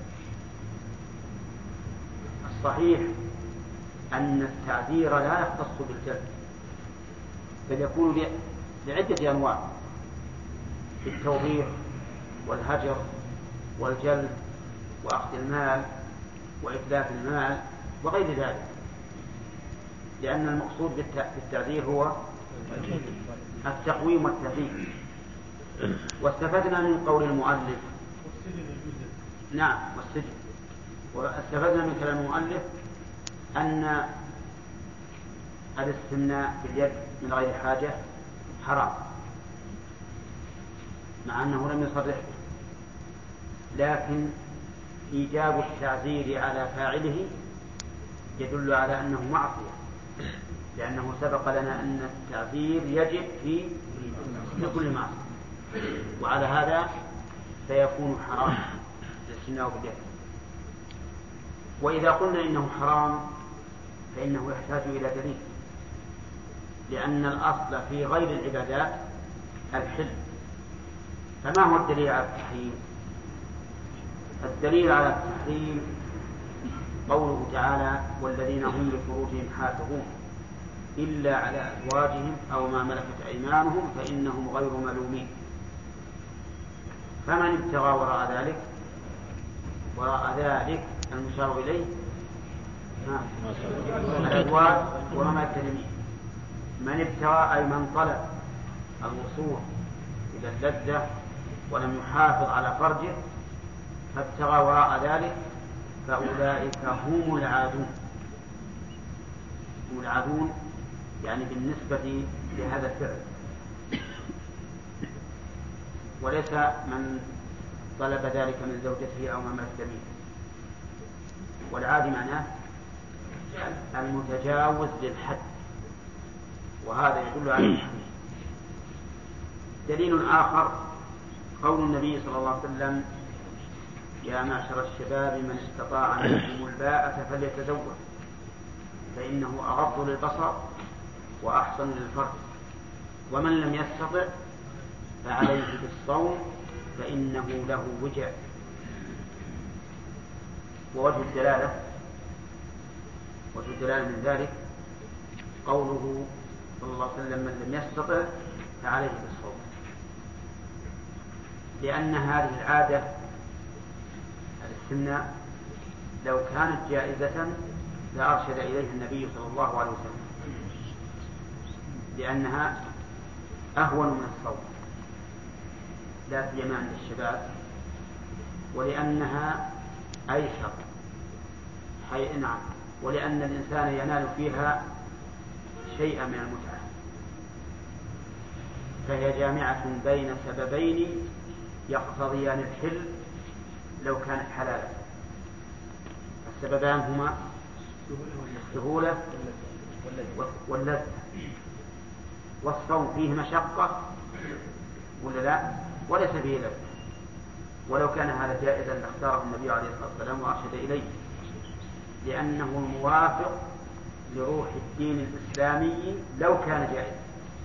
Speaker 1: الصحيح أن التعذير لا يختص بالجلد، بل يكون لعدة أنواع: التوبيخ والهجر والجلد وأخذ المال وإتلاف المال وغير ذلك، لأن المقصود بالتعذير هو التقويم والتهذيب. واستفدنا من قول المؤلف نعم والسجن، واستفدنا من كلام المؤلف أن الاستمناء باليد من غير حاجة حرام، مع أنه لم يصرح، لكن إيجاب التعزير على فاعله يدل على أنه معصية، لأنه سبق لنا أن التعزير يجب في كل معصية، وعلى هذا فيكون حرام الاستمناء باليد. وإذا قلنا إنه حرام فإنه يحتاج إلى دليل، لأن الأصل في غير العبادات الحل. فما هو الدليل على التحريم؟ الدليل على التحريم قوله تعالى: والذين هم لفروجهم حافظون إلا على أزواجهم أو ما ملكت أيمانهم فإنهم غير ملومين. فمن ابتغى وراء ذلك وراء ذلك المشار إليه الأزواج وما ملكت أيمانهم. من ابتغى أي من طلب الوصول إلى اللذة ولم يحافظ على فرجه فابتغى وراء ذلك فأولئك هم العادون. هم العادون يعني بالنسبة لهذا الفعل. وليس من طلب ذلك من زوجته أو ما ملك يمينه. والعادي معناه المتجاوز للحد، وهذا يدل على التحريم. دليل آخر قول النبي صلى الله عليه وسلم: يا معشر الشباب من استطاع منكم الباءة فليتزوج فإنه أغض للبصر وأحسن للفرج، ومن لم يستطع فعليه بالصوم فإنه له وجع. ووجه الدلالة وجه الدلالة من ذلك قوله صلى الله عليه وسلم: من لم يستطع فعليه بالصوم، لأن هذه العادة الاستمناء لو كانت جائزة لأرشد إليها النبي صلى الله عليه وسلم، لأنها أهون من الصوم لا سيما عند الشباب، ولأنها أيسر حي... نعم ولأن الإنسان ينال فيها شيئا من المتعة، فهي جامعة بين سببين يقتضيان الحل لو كانت حلالا. السببان هما السهولة واللذة، والصوم فيه مشقة ولا لا؟ وليس فيه لذة. ولو كان هذا جائزا لاختاره النبي عليه الصلاة والسلام وأرشد إليه، لأنه الموافق لروح الدين الإسلامي لو كان جائزا.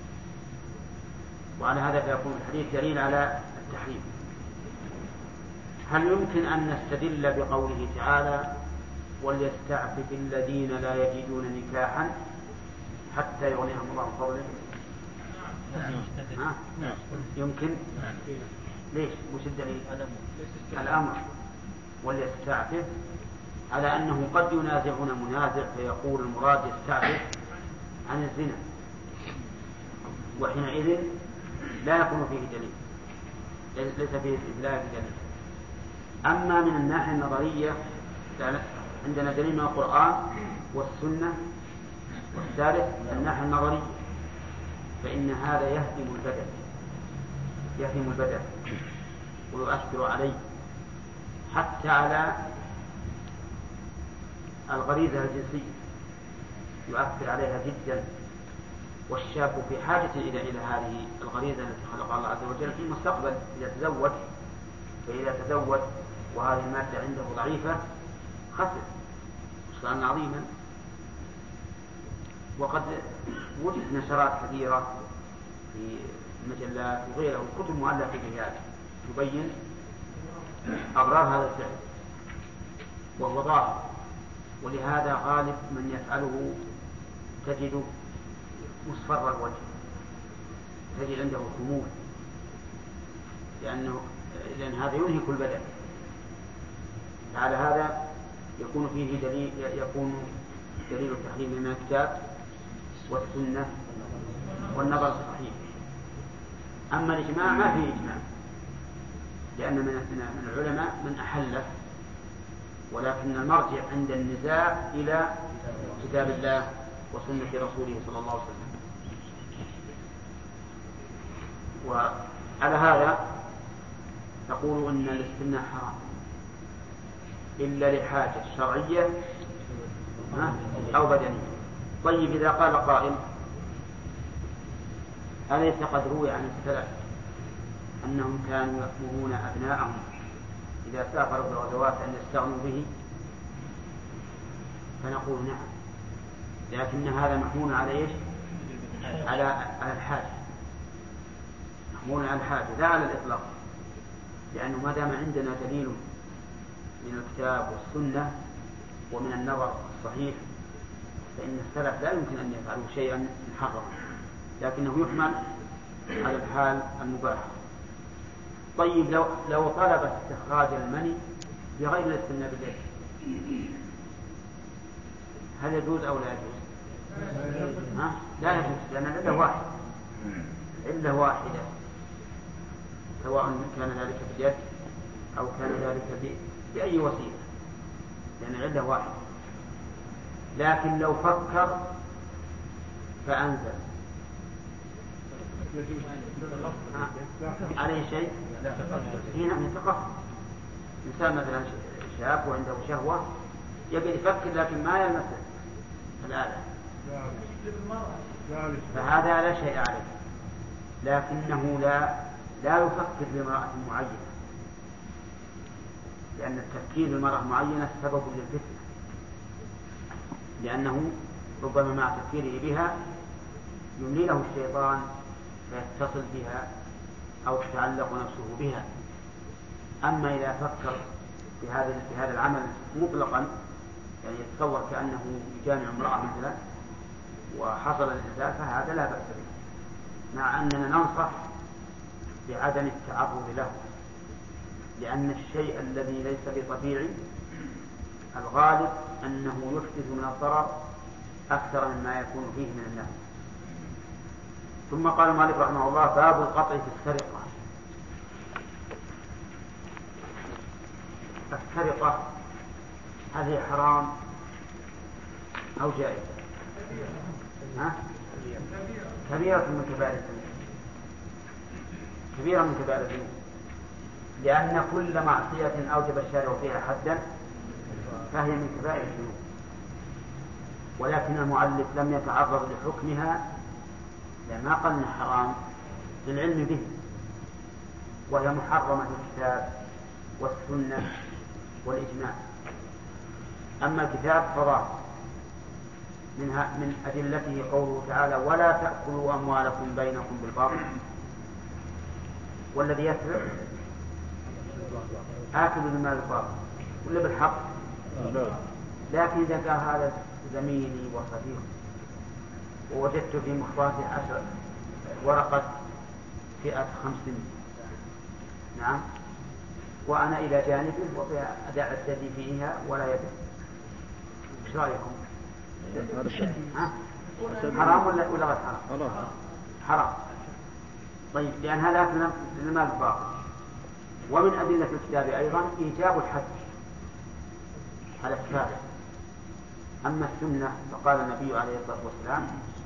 Speaker 1: وعلى هذا فيكون الحديث دليل على التحريم. هل يمكن أن نستدل بقوله تعالى: وليستعفف الذين لا يجدون نكاحا حتى يغنيهم الله من فضله؟ ها؟ يمكن. ليش؟ وش الدليل؟ الأمر وليستعفف، على أنه قد ينازعنا منازع فيقول المراد يستعفف عن الزنا، وحينئذ لا يكون فيه دليل، ليس فيه استدلال بدليل. أما من الناحية النظرية عندنا دليل من القرآن والسنة. والثالث من الناحية النظرية فإن هذا يهدم البدن يهدم البدن ويؤثر عليه، حتى على الغريزة الجنسية يؤثر عليها جدا. والشاب في حاجة إلى إلى هذه الغريزة التي خلقها الله عز وجل في المستقبل إذا تزوج. فإذا تزوج وهذه المادة عنده ضعيفة خسر خسرانا عظيما. وقد وجد نشرات كثيرة في المجلات وغيرها وكتب مؤلفة في هذا تبين أضرار هذا الفعل، وهو ظاهر. ولهذا غالب من يفعله تجد مصفر الوجه، تجد عنده خمول، لأنه لأن هذا ينهك البدن. على هذا يكون فيه دليل يكون دليل التحريم من الكتاب والسنة والنظر الصحيح. أما الإجماع ما فيه إجماع، لأن من العلماء من أحله، ولكن المرجع عند النزاع إلى كتاب الله وسنة رسوله صلى الله عليه وسلم. وعلى هذا تقول أن الاستمناء حرام إلا لحاجة شرعية أو بدنية. طيب إذا قال قائل: أليس قد روي عن السلف أنهم كانوا يأمرون أبناءهم إذا سافروا بالغزوات أن يستغنوا به؟ فنقول نعم، لكن هذا محمول على إيش؟ على على الحاجة، محمول على الحاجة لا على الإطلاق، لأنه ما دام عندنا دليل من الكتاب والسنة ومن النظر الصحيح فإن السلف لا يمكن أن يفعلوا شيئا محرما، لكنه يحمل على الحال المباحة. طيب لو لو طلب استخراج المني بغير الاستمناء بالليل هل يجوز أو لا يجوز؟ ها؟ لا يجوز، لأن العلة واحدة علة واحدة، سواء كان ذلك باليد أو كان ذلك بأي وسيلة، لأن العلة واحدة. لكن لو فكر فأنزل عليه شيء هنا من يتقهر. إنسان مثلا شاب وعنده شهوة يبي يفكر لكن ما يلمس الآلة فهذا لا شيء عليه، لكنه لا لا يفكر بامرأة معينة، لأن التفكير بامرأة معينة سبب للفتنة، لأنه ربما مع تفكيره بها يملي له الشيطان فيتصل بها أو تتعلق نفسه بها. أما إذا فكر بهذا بهذا العمل مطلقا، يعني يتصور كأنه يجامع امرأة مثلا وحصل الإنزال، فهذا لا بأس به، مع أننا ننصح بعدم التعرض له، لأن الشيء الذي ليس بطبيعي الغالب أنه يحدث من الضرر أكثر مما يكون فيه من النفع. ثم قال مالك رحمه الله: باب القطع في السرقة. السرقة هذه حرام أو جائزة؟ ها؟ كبيرة من كبائر الذنوب، كبيرة من كبائر الذنوب، لأن كل معصية أوجب الشارع فيها حدا فهي من كبائر الذنوب، ولكن المؤلف لم يتعرض لحكمها لما قال إنها حرام للعلم به، وهي محرمة في الكتاب والسنة والإجماع. أما الكتاب فظاهر منها من أدلته قوله تعالى: ولا تأكلوا أموالكم بينكم بالباطل. والذي يسرق آكل المال بالباطل ولا بالحق؟ لكن إذا كان هذا زميلي وصديقي ووجدت في مخباتي عشر ورقة فئة خمسين، نعم، وأنا إلى جانبه وأدع الثدي فيها ولا يدع، ايش رأيكم؟ حرام ولا ولا غير حرام؟ حرام. طيب، لأن هذا أكل المال بالباطل. ومن أدلة الكتاب أيضا إيجاب الحد على السارق. أما السنة فقال النبي عليه الصلاة والسلام: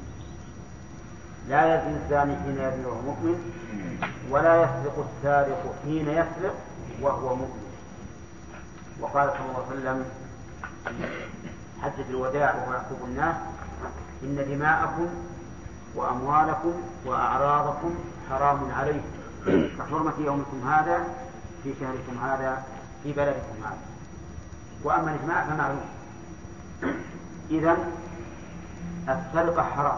Speaker 1: لا يزني الزاني حين يزني وهو مؤمن، ولا يسرق السارق حين يسرق وهو مؤمن. وقال صلى الله عليه وسلم حجة الوداع وهو يخطب الناس: إن دماءكم وأموالكم وأعراضكم حرام عليكم كحرمة يومكم هذا في شهركم هذا في بلدكم هذا. وأما الإجماع فمعلوم. إذن السرقة حرام،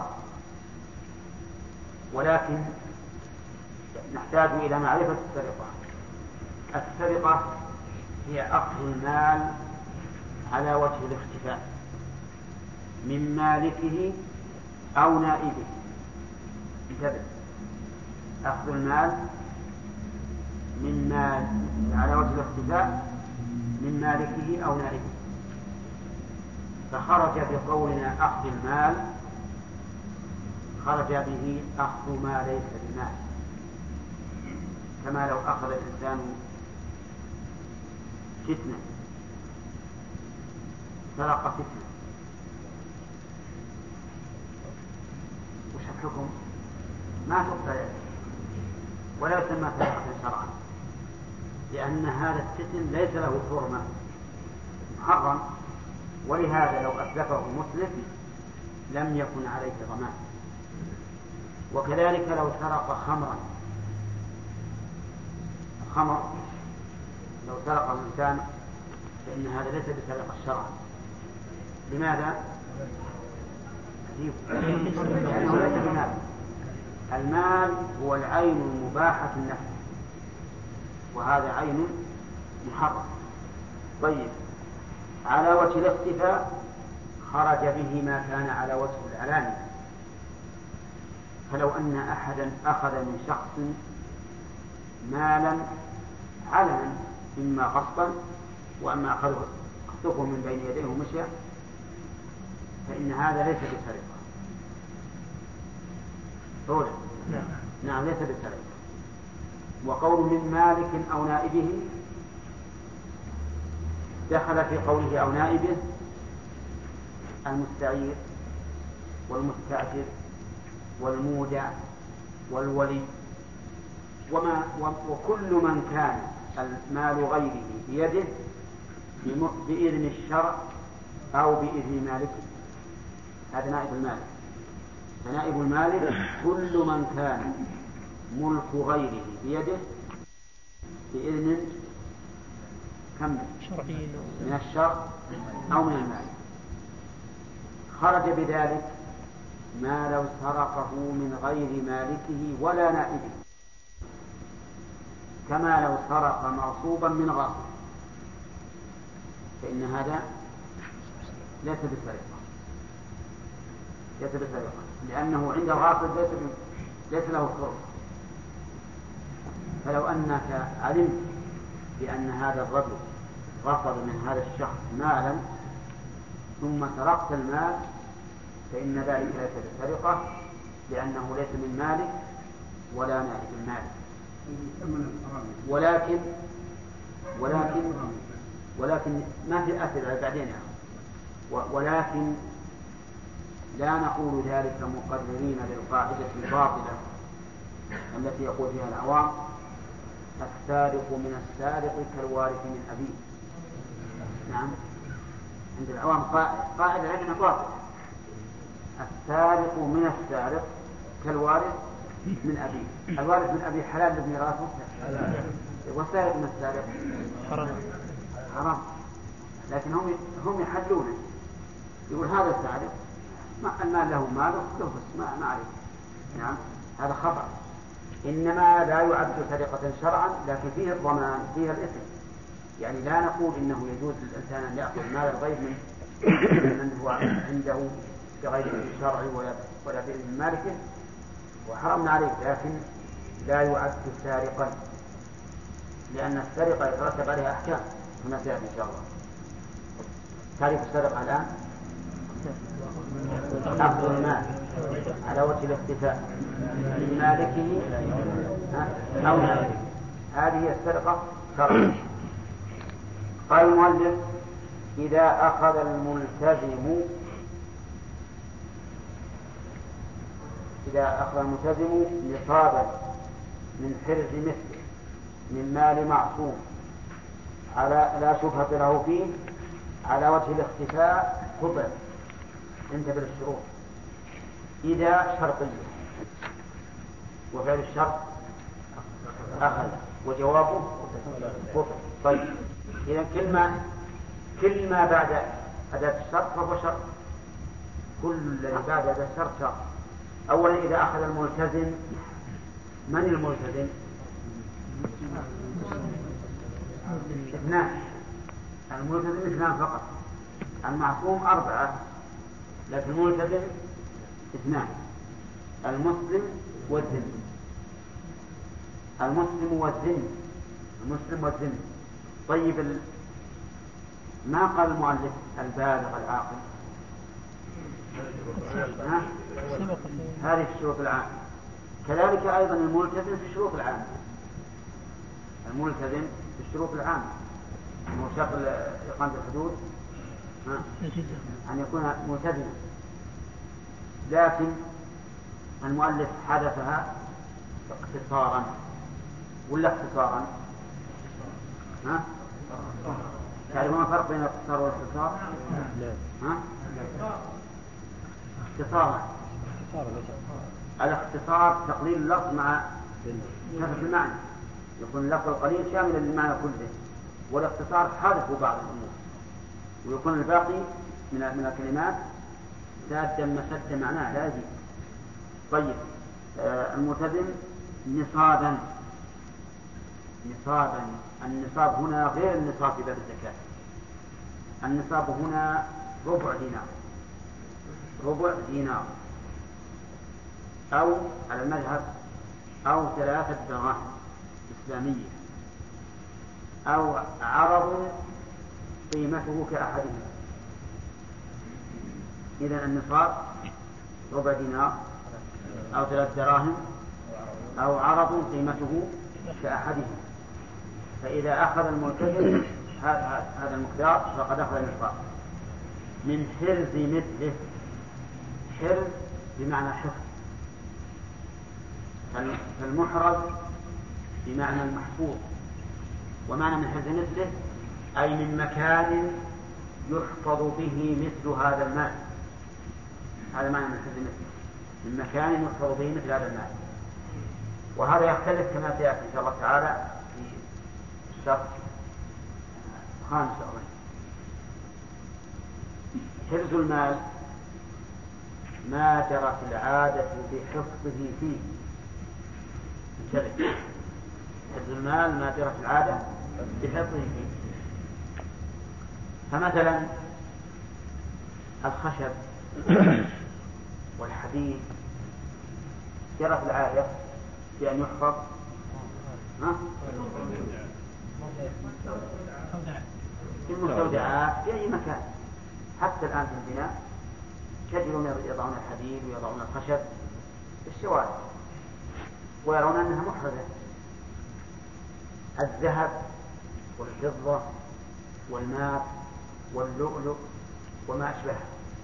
Speaker 1: ولكن نحتاج إلى معرفة السرقة. السرقة هي أخذ المال على وجه الاختفاء من مالكه أو نائبه. انتبه، أخذ المال من مال على وجه الاختفاء من مالكه أو نائبه. فخرج بقولنا أخذ المال خرج به أخذ ما ليس بمال، كما لو أخذ الإنسان فتنة، سرق فتنة، وش الحكم؟ ما تقطع ولا يسمى سرقة شرعا، لأن هذا الفتن ليس له حرمة، محرم، ولهذا لو أتلفه مسلم لم يكن عليه ضمان. وكذلك لو سرق خمرا، الخمر لو سرق الإنسان فإن هذا ليس بسرقة شرعا. لماذا؟ لأنه ليس بمال. المال هو العين المباحة النفس، وهذا عين محرم. طيب، على وجه الاختفاء خرج به ما كان على وجه العلانية. فلو أن أحدا أخذ من شخص مالا علنا، إما غصبا وأما أخذه من بين يديه ومشى، فإن هذا ليس بسرقة. طول. نعم، ليس بسرقة. وقول من مالك أو نائبه دخل في قوله أو نائبه المستعير والمستأجر والمودع والولي وما وكل من كان المال غيره بيده بإذن الشرع أو بإذن مالكه. هذا نائب المالك. فنائب المالك كل من كان ملك غيره بيده بإذن كم من الشرع أو من المالك. خرج بذلك ما لو سرقه من غير مالكه ولا نائبه، كما لو سرق مغصوبا من غاصب، فإن هذا ليس بسرقة ليس بسرقة لأنه عند الغاصب ليس, ليس له فرصة. فلو أنك علمت بأن هذا الرجل غصب من هذا الشخص مالا ثم سرقت المال فإن ذلك ليس بسرقة لأنه ليس من مالك ولا نائب المالك. ولكن ولكن ولكن ما في أسئلة بعدين، ولكن لا نقول ذلك مقررين للقاعدة الباطلة التي يقول فيها العوام السارق من السارق كالوارث من أبيه. نعم، عند العوام قاعدة لكنها باطلة. السارق من السارق كالوارث من أبيه. الوارث من أبيه حلال لميراثه، والسارق من السارق حرام حرام. لكن هم هم يحلونه، يقول هذا السارق المال له ماله له بس ما ما عليه. نعم، هذا خطأ. إنما لا يعد سرقة شرعا، لكن فيه الضمان فيه الإثم. يعني لا نقول إنه يجوز للإنسان أن يأخذ مال الغير من من هو عنده بغير الشرع ولا ولا بإذن مالكه وحرمنا عليه، لكن لا يعد سارقا لأن السرقة يترتب عليها أحكام كما سيأتي إن شاء الله. تعريف السرقة الآن أخذ المال على وجه الاختفاء من مالكه أو مالكه، هذه هي السرقة شرعا. قال المؤلف إذا أخذ الملتزم إذا أخذ الملتزم نصابا من حرز مثله من مال معصوم على لا شبهة له فيه على وجه الاختفاء قبل انتبه للشروط. إذا شرطية وفعل الشرط أخذ وجوابه قبل. طيب إذا كل ما كل ما بعد أداة الشرط فهو شرط، كل الذي بعد أداة الشرط شرط. أولا إذا أخذ الملتزم، من الملتزم؟ اثنان، الملتزم اثنان فقط، المعصوم أربعة لكن الملتزم اثنان، المسلم والذمي. المسلم والذمي المسلم والذمي. طيب ال... ما قال المؤلف البالغ العاقل؟ هذه في الشروط العامة. كذلك أيضا الملتزم في الشروط العامة. الملتزم في الشروط العامة من شرط إقامة الحدود أن يكون ملتزما، لكن المؤلف حذفها اقتصارا ولا اختصارا؟ ها؟ تعرفون الفرق بين الاقتصار والاختصار؟ ها؟ اختصارا. الاختصار تقليل اللفظ مع كثرة المعنى، يكون اللفظ القليل شاملا للمعنى كله، والاختصار حذف بعض الأمور ويكون الباقي من من الكلمات سادا مسد معناه لا يزيد. طيب آه الملتزم نصابا. نصابا النصاب هنا غير النصاب في باب الزكاة. النصاب هنا ربع دينار ربع دينار أو على المذهب أو ثلاثة دراهم إسلامية أو عرض قيمته كأحدهما. إذن النصاب ربع دينار أو ثلاث دراهم أو عرض قيمته كأحدهما. فإذا أخذ الملتزم هذا المقدار فقد أخذ النصاب من حرز مثله. حرز بمعنى حفظ. فالمحرز بمعنى المحفوظ، ومعنى من حفظ مثله أي من مكان يحفظ به مثل هذا المال. هذا معنى من حفظ مثله، من مكان يحفظ به مثل هذا المال. وهذا يختلف كما سيأتي إن شاء الله تعالى في الشرط خامس أولا. حفظ المال ما جرت العادة بحفظه فيه. انتبه، حفظ المال ما جرت العادة بحفظه فيه. فمثلا الخشب والحديد جرت العادة بأن يحفظ في المستودعات في أي مكان. حتى الآن في البناء تجدون يضعون الحديد ويضعون الخشب في الشوارع ويرون أنها محرزة. الذهب والفضة والماء واللؤلؤ وما أشبهه.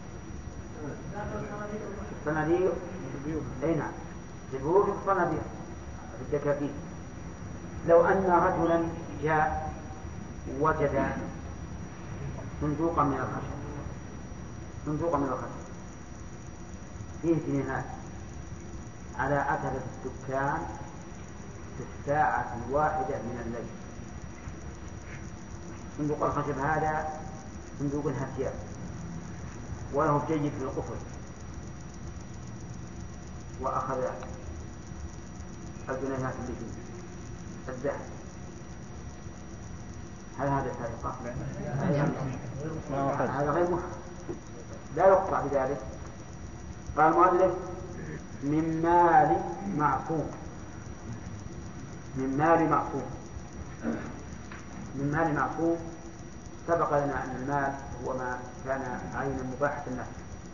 Speaker 1: الصناديق، أي نعم، في البيوت والصناديق في الدكاكين. لو أن رجلا جاء وجد صندوقا من الخشب صندوقا من الخشب فيه جنيهات على عتبة الدكان في الساعة الواحدة من الليل. صندوق الخشب هذا صندوق هسيان وله جيد في القفل، وأخذ الجنيهات اللي فيه الذهب. هل هذا سرقة؟ هذا غير محرم، لا يقطع بذلك. قال المؤلف من مال معصوم، من مال معصوم. من مال معصوم سبق لنا أن المال هو ما كان عينا مباحة النفس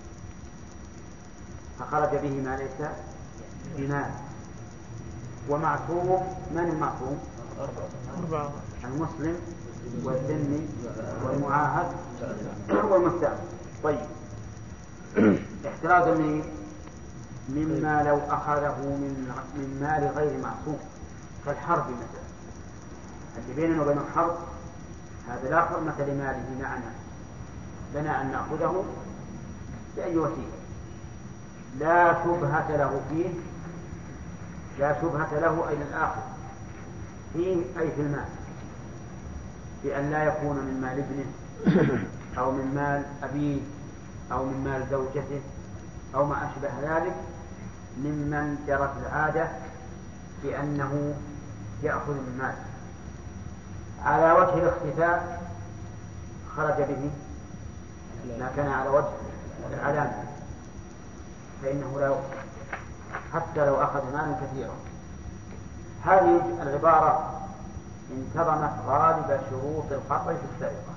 Speaker 1: فخرج به ما ليس بمال. ومعصوم من المعصوم؟ المسلم والذمي والمعاهد والمستأمن. طيب، احترازا من مما لو أخذه من من مال غير معصوم كالحرب مثلا. اللي بيننا وبين الحرب هذا لا حرمة لماله معنا، لنا أن نأخذه بأي وسيلة، لا شبهة له فيه، لا شبهة له أي للآخر فيه أي في المال، بأن لا يكون من مال ابنه أو من مال أبيه أو من مال زوجته أو ما أشبه ذلك ممن جرت العادة بأنه يأخذ من مال. على وجه الاختفاء خرج به ما كان على وجه العلامة فإنه لا يؤخذ حتى لو أخذ مالا كثيرا. هذه العبارة انتظمت غالب شروط القطع في السرقة.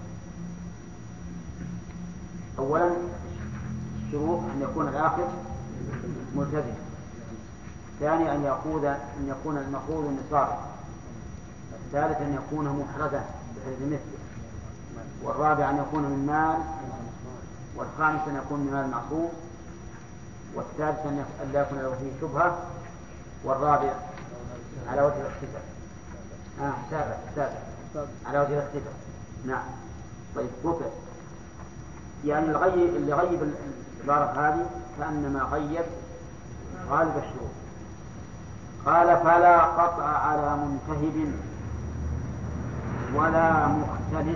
Speaker 1: أولا الشروط أن يكون الآخذ ملتزم، ثاني أن يأخذ أن يكون المأخوذ نصابا، الثالث أن يكون محرزا بحيث مثله، والرابع أن يكون من مال، والخامس أن يكون من مال معصوم، والسادس أن لا يكون له فيه شبهة، والرابع على وجه الاختفاء. آه سابع سابع على وجه الاختفاء. نعم. طيب ركع يعني الغيب اللي غيب العبارة هذه كأنما غيب غالب الشروط. قال فلا قطع على منتهب ولا مختلس.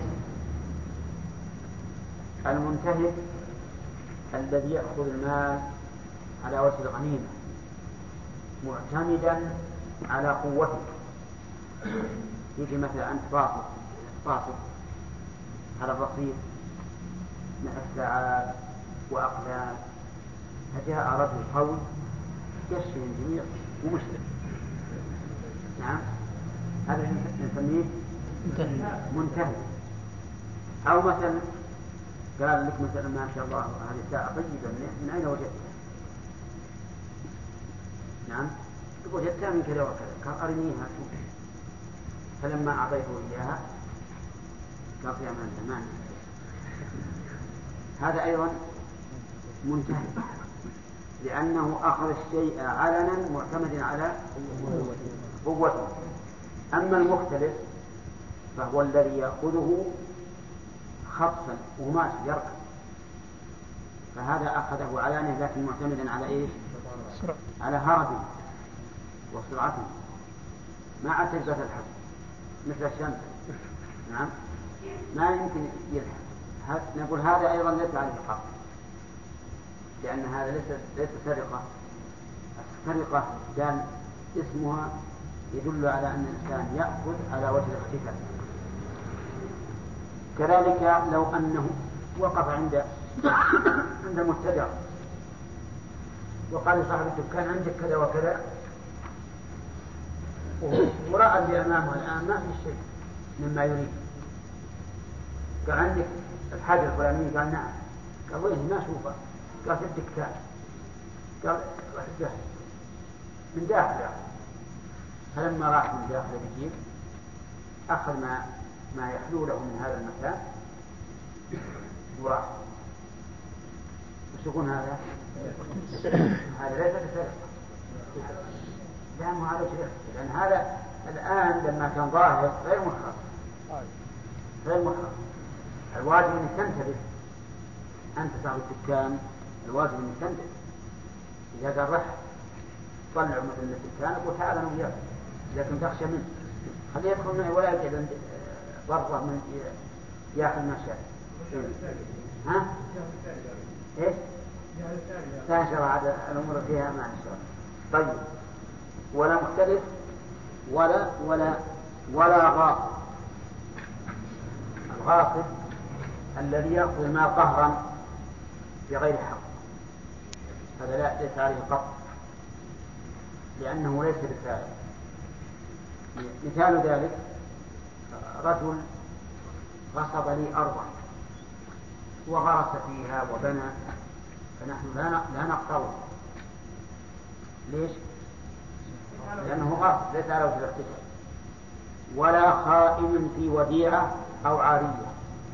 Speaker 1: المنتهب الذي يأخذ المال على وجه الغنيمة معتمدا على قوته، يجي مثلا أنت باصص باصص على الرصيف من الساعات وأقلام، فجاء رجل قوي يشفي الجميع ومشرك. نعم، هذا نسميه منتهي. أو مثلا قال لك مثلا ما شاء الله هذه الساعة طيبة، من أين وجدتها؟ نعم، وجدتها من كذا وكذا. قال أرنيها. فلما أعطيته إياها قال يا من زمان. هذا أيضا منتهي لأنه أخذ الشيء علنا معتمد على قوته. أما المختلف فهو الذي يأخذه خطفا وماشي يركض، فهذا أخذه علانه لكن معتمدا على إيش؟ على هربه وسرعته مع تجربة الحق مثل الشمس. نعم ما يمكن يلحق. نقول هذا أيضا ليس عليه الحق، لأن هذا ليس ليس سرقة. السرقة كان اسمها يدل على أن الإنسان يأخذ على وجه الاختفاء. كذلك لو أنه وقف عند عند مبتدع وقال لصاحب الدكان عندك كذا وكذا، ورأى اللي أمامه الآن ما في شيء مما يريد، قال عندك الحاجة الفلانية؟ قال نعم. قال وين ما أشوفه؟ قال في الدكان. قال رح من داخل. فلما راح من داخل الجيب أخذ ما ما يحلو له من هذا المكان وراح. وش يكون هذا؟ هذا ليس بسرقة، لا مو على شيء، لأن هذا الآن لما كان ظاهر غير محرم غير محرم. الواجب أن تنتبه أنت صاحب الدكان، الواجب أن تنتبه. إذا قال رح طلع مثل الدكان قل تعال أنا وياك، لكن تخشى منه خليه يدخل معي ولا يجد ضربة من ياخذ ما شاء. ها؟ إيش؟ لا شرع هذا الأمور فيها ما شرع. طيب ولا مختلف ولا ولا ولا غاصب. الغاصب الذي يأخذ المال قهرا بغير حق، هذا لا ليس عليه قط لأنه ليس بسارق. مثال ذلك رجل غصب لي أرضا وغرس فيها وبنى، فنحن لا نقطعه. ليش؟ لأنه غاصب ليس على وجه الاختفاء. ولا خائن في وديعة أو عارية.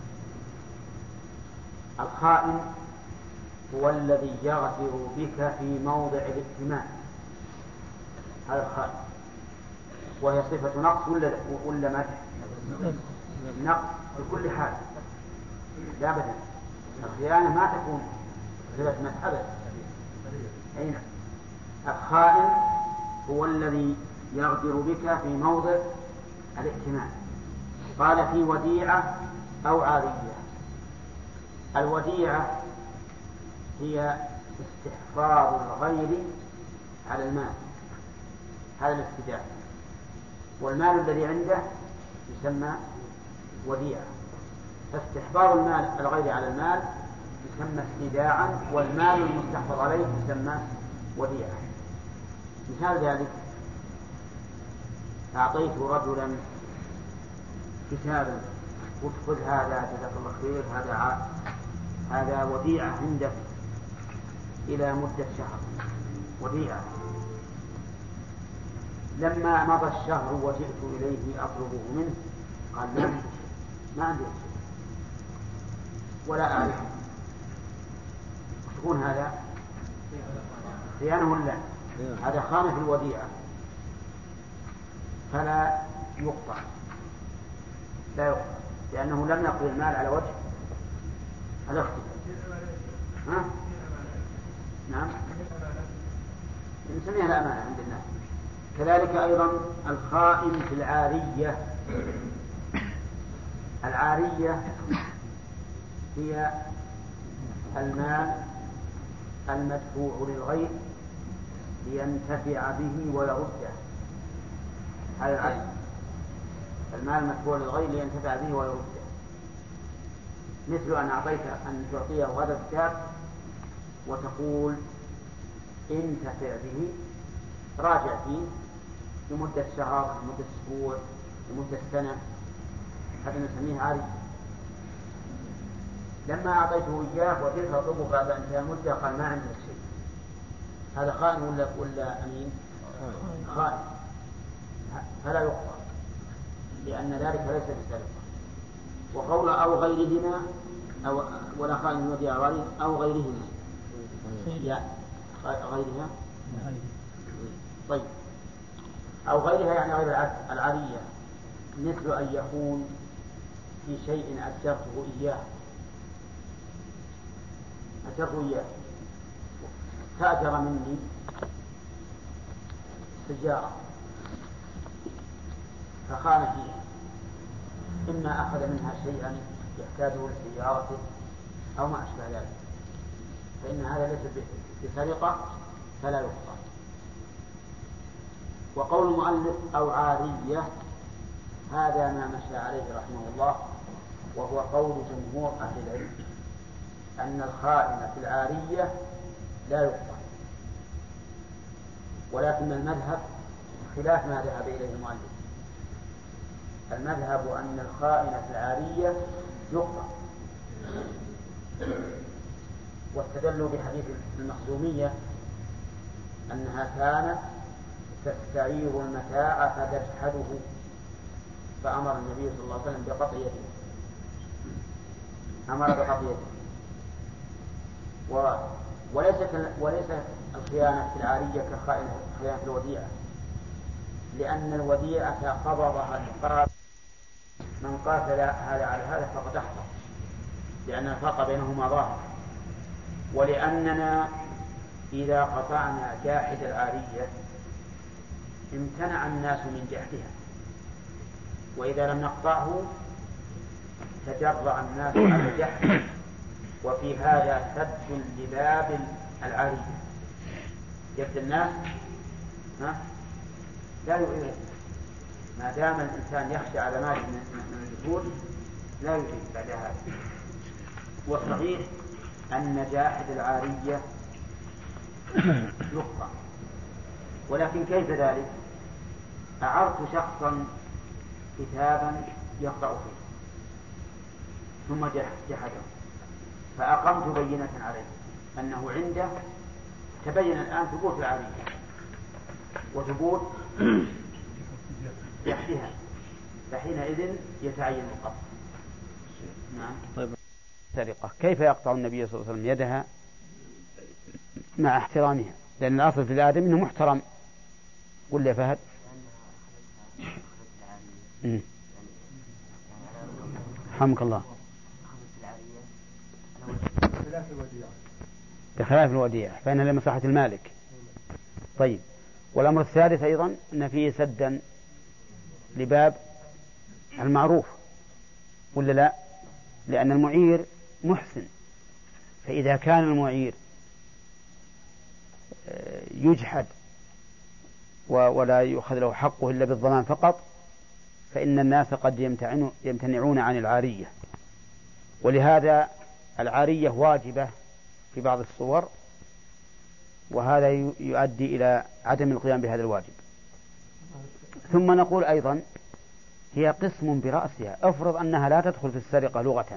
Speaker 1: الخائن هو الذي يغدر بك في موضع الائتمان، هذا الخائن، وهي صفة نقص ولا ولا مدح؟ نقص بكل حال لا بد. الخيانة ما تكون صفة مدح أبدا. أين الخائن هو الذي يغدر بك في موضع الائتمان. قال في وديعة أو عارية. الوديعة هي استحفاظ الغير على المال، هذا الاستداء، والمال الذي عنده يسمى وديعة. فاستحفاظ المال الغير على المال يسمى استداعا، والمال المستحفظ عليه يسمى وديعة. مثال ذلك أعطيت رجلا كتابا قلت خذ هذا جزاك الله خير، هذا ع... هذا وديعة عندك إلى مدة شهر، وديعة. لما مضى الشهر وجئت إليه أطلبه منه قال ما عندي ما عندي شيء ولا أعرف. تكون هذا خيانة ولا هذا خانة في الوديعة، فلا يقطع لا يقطع لأنه لم يقضي المال على وجه الاختفاء. ها؟ نعم نسميها الأمانة عند الناس. كذلك أيضا الخائن في العارية. العارية هي المال المدفوع للغير لينتفع به ويرده، هذا العارية، المال المدفوع للغير لينتفع به ويرده. مثل أن أعطيك أن تعطيه غدا كتاب وتقول انتفع به، راجع فيه لمدة شهر، لمدة أسبوع، لمدة سنة، هذا نسميه عاري. لما أعطيته إياه وجئت أطلبه بعد انتهاء المدة قال ما عندك شيء، هذا خائن ولا ولا أمين؟ خائن، فلا يقطع لأن ذلك ليس بسرقة. وقول أو غيرهما أو ولا خائن وديعة عاري أو غيرهما، يعني غيرها. طيب، أو غيرها يعني غير العارية، مثل أن يكون في شيء أجرته إياه أجرته إياه تأجر مني سيارة فخان فيها، إما أخذ منها شيئا يحتاجه لسيارته أو ما أشبه ذلك، فإن هذا ليس بسرقة فلا يقطع. وقول المؤلف أو عارية هذا ما مشى عليه رحمه الله، وهو قول جمهور أهل العلم أن الخائن في العارية لا يقطع، ولكن المذهب خلاف ما ذهب إليه المؤلف. المذهب أن الخائن في العارية يقطع، واستدلوا بحديث المخزومية أنها كانت تستعير المتاع فتجحده، فأمر النبي صلى الله عليه وسلم بقطع يده، أمر بقطع يده. و... وليس وليس الخيانة في العارية كخائنة خيانة الوديعة، لأن الوديعة قبضها الفرد، من قاتل هذا على هذا فقد أحضر، لأن الفرق بينهما ظاهر. ولأننا إذا قطعنا جاحد العارية امتنع الناس من جحدها، وإذا لم نقطعه تجرع الناس على جحده، وفي هذا سد لباب العارية. جد الناس ها لا يؤذي، ما دام الإنسان يخشى على مال من الجهود لا يؤذي بعد هذا. والصحيح أن جاحد العارية يقطع، ولكن كيف ذلك؟ أعرت شخصا كتابا يقرأ فيه ثم جحده، فأقمت بينة عليه أنه عنده تبين الآن ثبوت العارية وثبوت جحدها، فحينئذ يتعين القطع. نعم. طيب، سرقة كيف يقطع النبي صلى الله عليه وسلم يدها مع احترامها؟ لأن الأصل في الآدم أنه محترم. قل يا فهد. رحمك الله. بخلاف الوديعة فإنها لمصلحة المالك. طيب، والأمر الثالث أيضا أن فيه سدا لباب المعروف، ولا لا؟ لأن المعير محسن، فإذا كان المعير يجحد ولا يؤخذ له حقه إلا بالضمان فقط، فإن الناس قد يمتنعون عن العارية. ولهذا العارية واجبة في بعض الصور، وهذا يؤدي إلى عدم القيام بهذا الواجب. ثم نقول أيضا هي قسم برأسها. افرض أنها لا تدخل في السرقة لغة،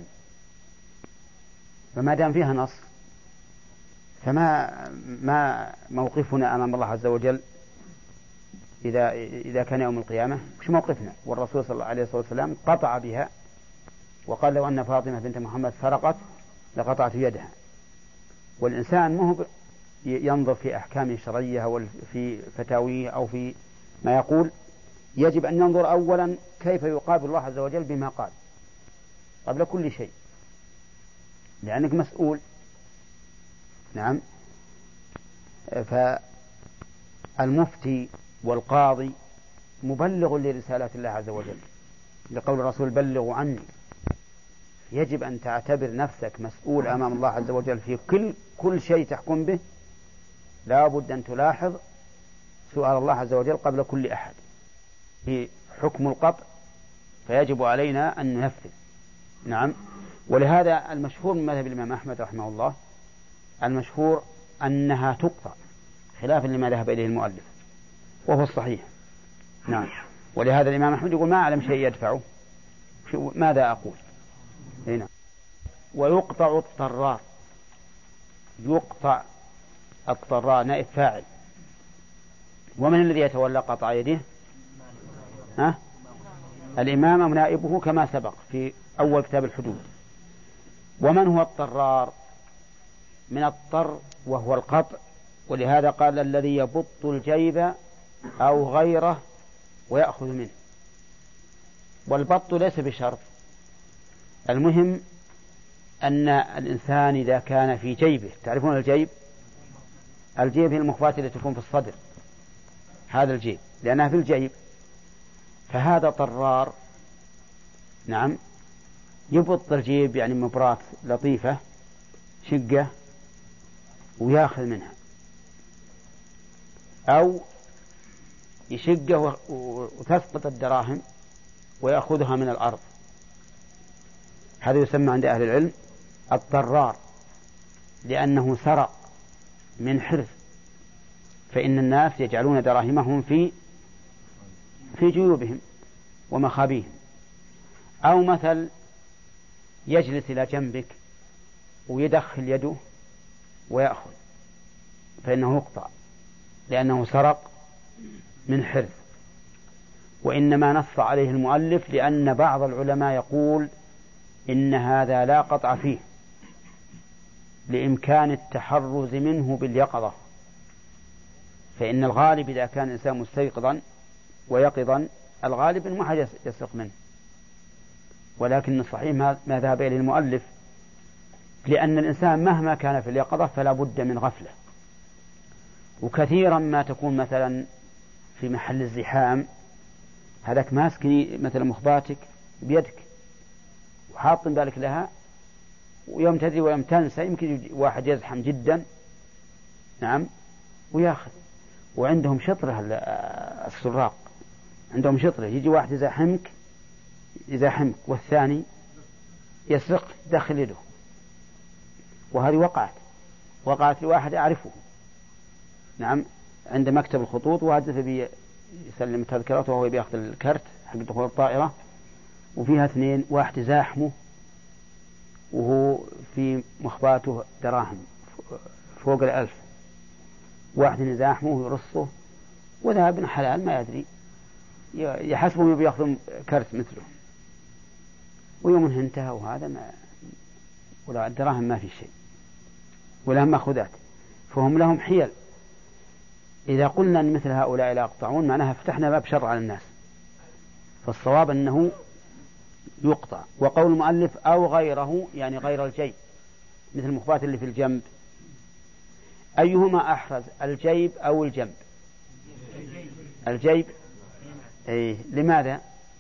Speaker 1: فما دام فيها نص فما ما موقفنا أمام الله عز وجل إذا إذا كان يوم القيامة؟ وش موقفنا؟ والرسول صلى الله عليه وسلم قطع بها وقال لو أن فاطمة بنت محمد سرقت لقطعت يدها. والإنسان مو ينظر في أحكام شرعية أو في فتاويه أو في ما يقول، يجب أن ينظر أولا كيف يقابل الله عز وجل بما قال قبل كل شيء، لأنك مسؤول. نعم. فالمفتي والقاضي مبلغ لرسالة الله عز وجل، لقول الرسول بلغوا عني. يجب أن تعتبر نفسك مسؤول أمام الله عز وجل في كل كل شيء تحكم به. لا بد أن تلاحظ سؤال الله عز وجل قبل كل أحد في حكم القطع، فيجب علينا أن ننفذ. نعم. ولهذا المشهور من مذهب الإمام أحمد رحمه الله، المشهور أنها تقطع خلافا لما ذهب إليه المؤلف، وهو الصحيح. نعم. ولهذا الإمام أحمد يقول ما أعلم شيء يدفعه، ماذا أقول؟ هنا. ويقطع الطرار. يقطع الطرار نائب فاعل. ومن الذي يتولى قطع يده؟ ها؟ الإمام ونائبه كما سبق في أول كتاب الحدود. ومن هو الطرار؟ من الطر وهو القطع ولهذا قال الذي يبط الجيب أو غيره ويأخذ منه. والبط ليس بشرط، المهم أن الإنسان إذا كان في جيبه، تعرفون الجيب؟ الجيب هي المخفاة التي تكون في الصدر، هذا الجيب لأنها في الجيب، فهذا طرار نعم يبط الجيب يعني مبرات لطيفة شقة وياخذ منها، أو يشقه وتسقط الدراهم ويأخذها من الأرض، هذا يسمى عند أهل العلم الطرار، لأنه سرق من حرز، فإن الناس يجعلون دراهمهم في في جيوبهم ومخابيهم. أو مثل يجلس إلى جنبك ويدخل يده ويأخذ، فإنه يقطع لأنه سرق من حرز. وإنما نص عليه المؤلف لأن بعض العلماء يقول إن هذا لا قطع فيه لإمكان التحرز منه باليقظة، فإن الغالب إذا كان الإنسان مستيقظا ويقظا الغالب أنه ما حد يسرق منه، ولكن الصحيح ما ذهب إليه المؤلف، لأن الإنسان مهما كان في اليقظة فلا بد من غفلة. وكثيرا ما تكون مثلا في محل الزحام هذاك ماسكني مثلا مخباتك بيدك وحاط بالك لها، ويوم تدري ويوم تنسى يمكن واحد يزحم جدا نعم وياخذ. وعندهم شطرة السراق، عندهم شطرة، يجي واحد يزاحمك يزاحمك والثاني يسرق داخل يده. وهذه وقعت وقعت لواحد أعرفه نعم عند مكتب الخطوط، واحد يبي يسلم تذكرته وهو بياخذ الكرت حق دخول الطائرة، وفيها اثنين، واحد زاحمه وهو في مخباته دراهم فوق الألف، واحد يزاحمه ويرصه، وذا ابن حلال ما يدري يحسبه بياخذ كرت مثله، ويوم انتهى وهذا ما ولا الدراهم ما في شيء ولا مأخذات، فهم لهم حيل. إذا قلنا أن مثل هؤلاء لا يقطعون معناها فتحنا باب شر على الناس، فالصواب أنه يقطع. وقول المؤلف أو غيره يعني غير الجيب مثل المخبات اللي في الجنب، أيهما أحرز الجيب أو الجنب؟ الجيب. أي لماذا؟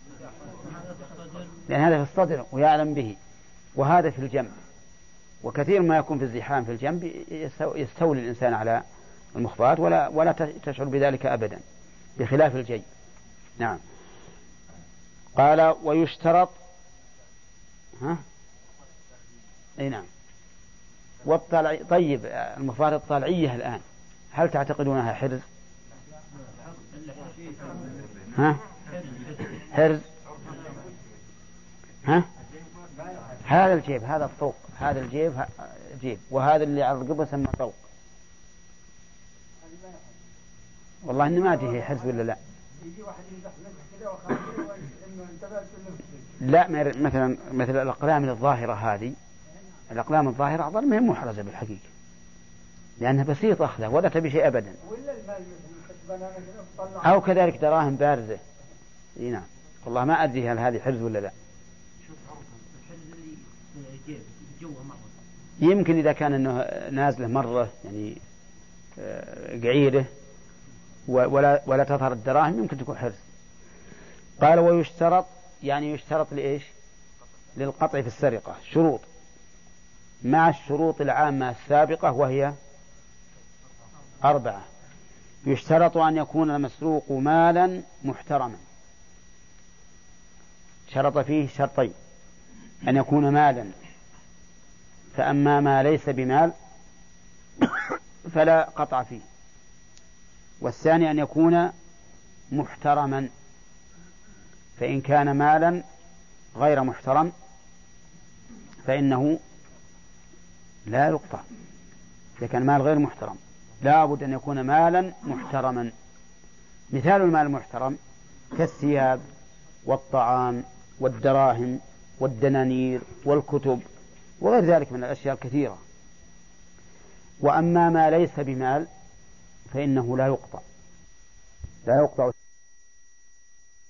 Speaker 1: لأن هذا في الصدر ويعلم به، وهذا في الجنب، وكثير ما يكون في الزحام في الجنب يستولي الإنسان على المخبات ولا ولا تشعر بذلك أبدا، بخلاف الجيب. نعم. قال ويشترط ها اي نعم والطلع. طيب المخبات الطلعية الآن هل تعتقدونها حرز؟ ها حرز؟ ها هذا الجيب هذا الطوق، هذا الجيب جيب، وهذا اللي على الرقبة سمى طوق. والله إني ما أدري هي حرز ولا لا. لا مثلا مثل الأقلام الظاهرة هذه، الأقلام الظاهرة أظن ما هي محرزة بالحقيقة لأنها بسيطة أخذها ولا تبي شيء أبدا. أو كذلك دراهم بارزة. نعم والله ما أدري هل هذه حرز ولا لا. يمكن إذا كان إنه نازله مرة يعني قعيده ولا ولا تظهر الدراهم يمكن تكون حرز. قال ويشترط يعني يشترط لإيش؟ للقطع في السرقة شروط مع الشروط العامة السابقة وهي أربعة. يشترط أن يكون المسروق مالا محترما، شرط فيه شرطين، أن يكون مالا، فأما ما ليس بمال فلا قطع فيه. والثاني أن يكون محترما، فإن كان مالا غير محترم فإنه لا يقطع. إذا كان مال غير محترم لا بد أن يكون مالا محترما. مثال المال المحترم كالثياب والطعام والدراهم والدنانير والكتب وغير ذلك من الأشياء الكثيرة. وأما ما ليس بمال فإنه لا يقطع لا يقطع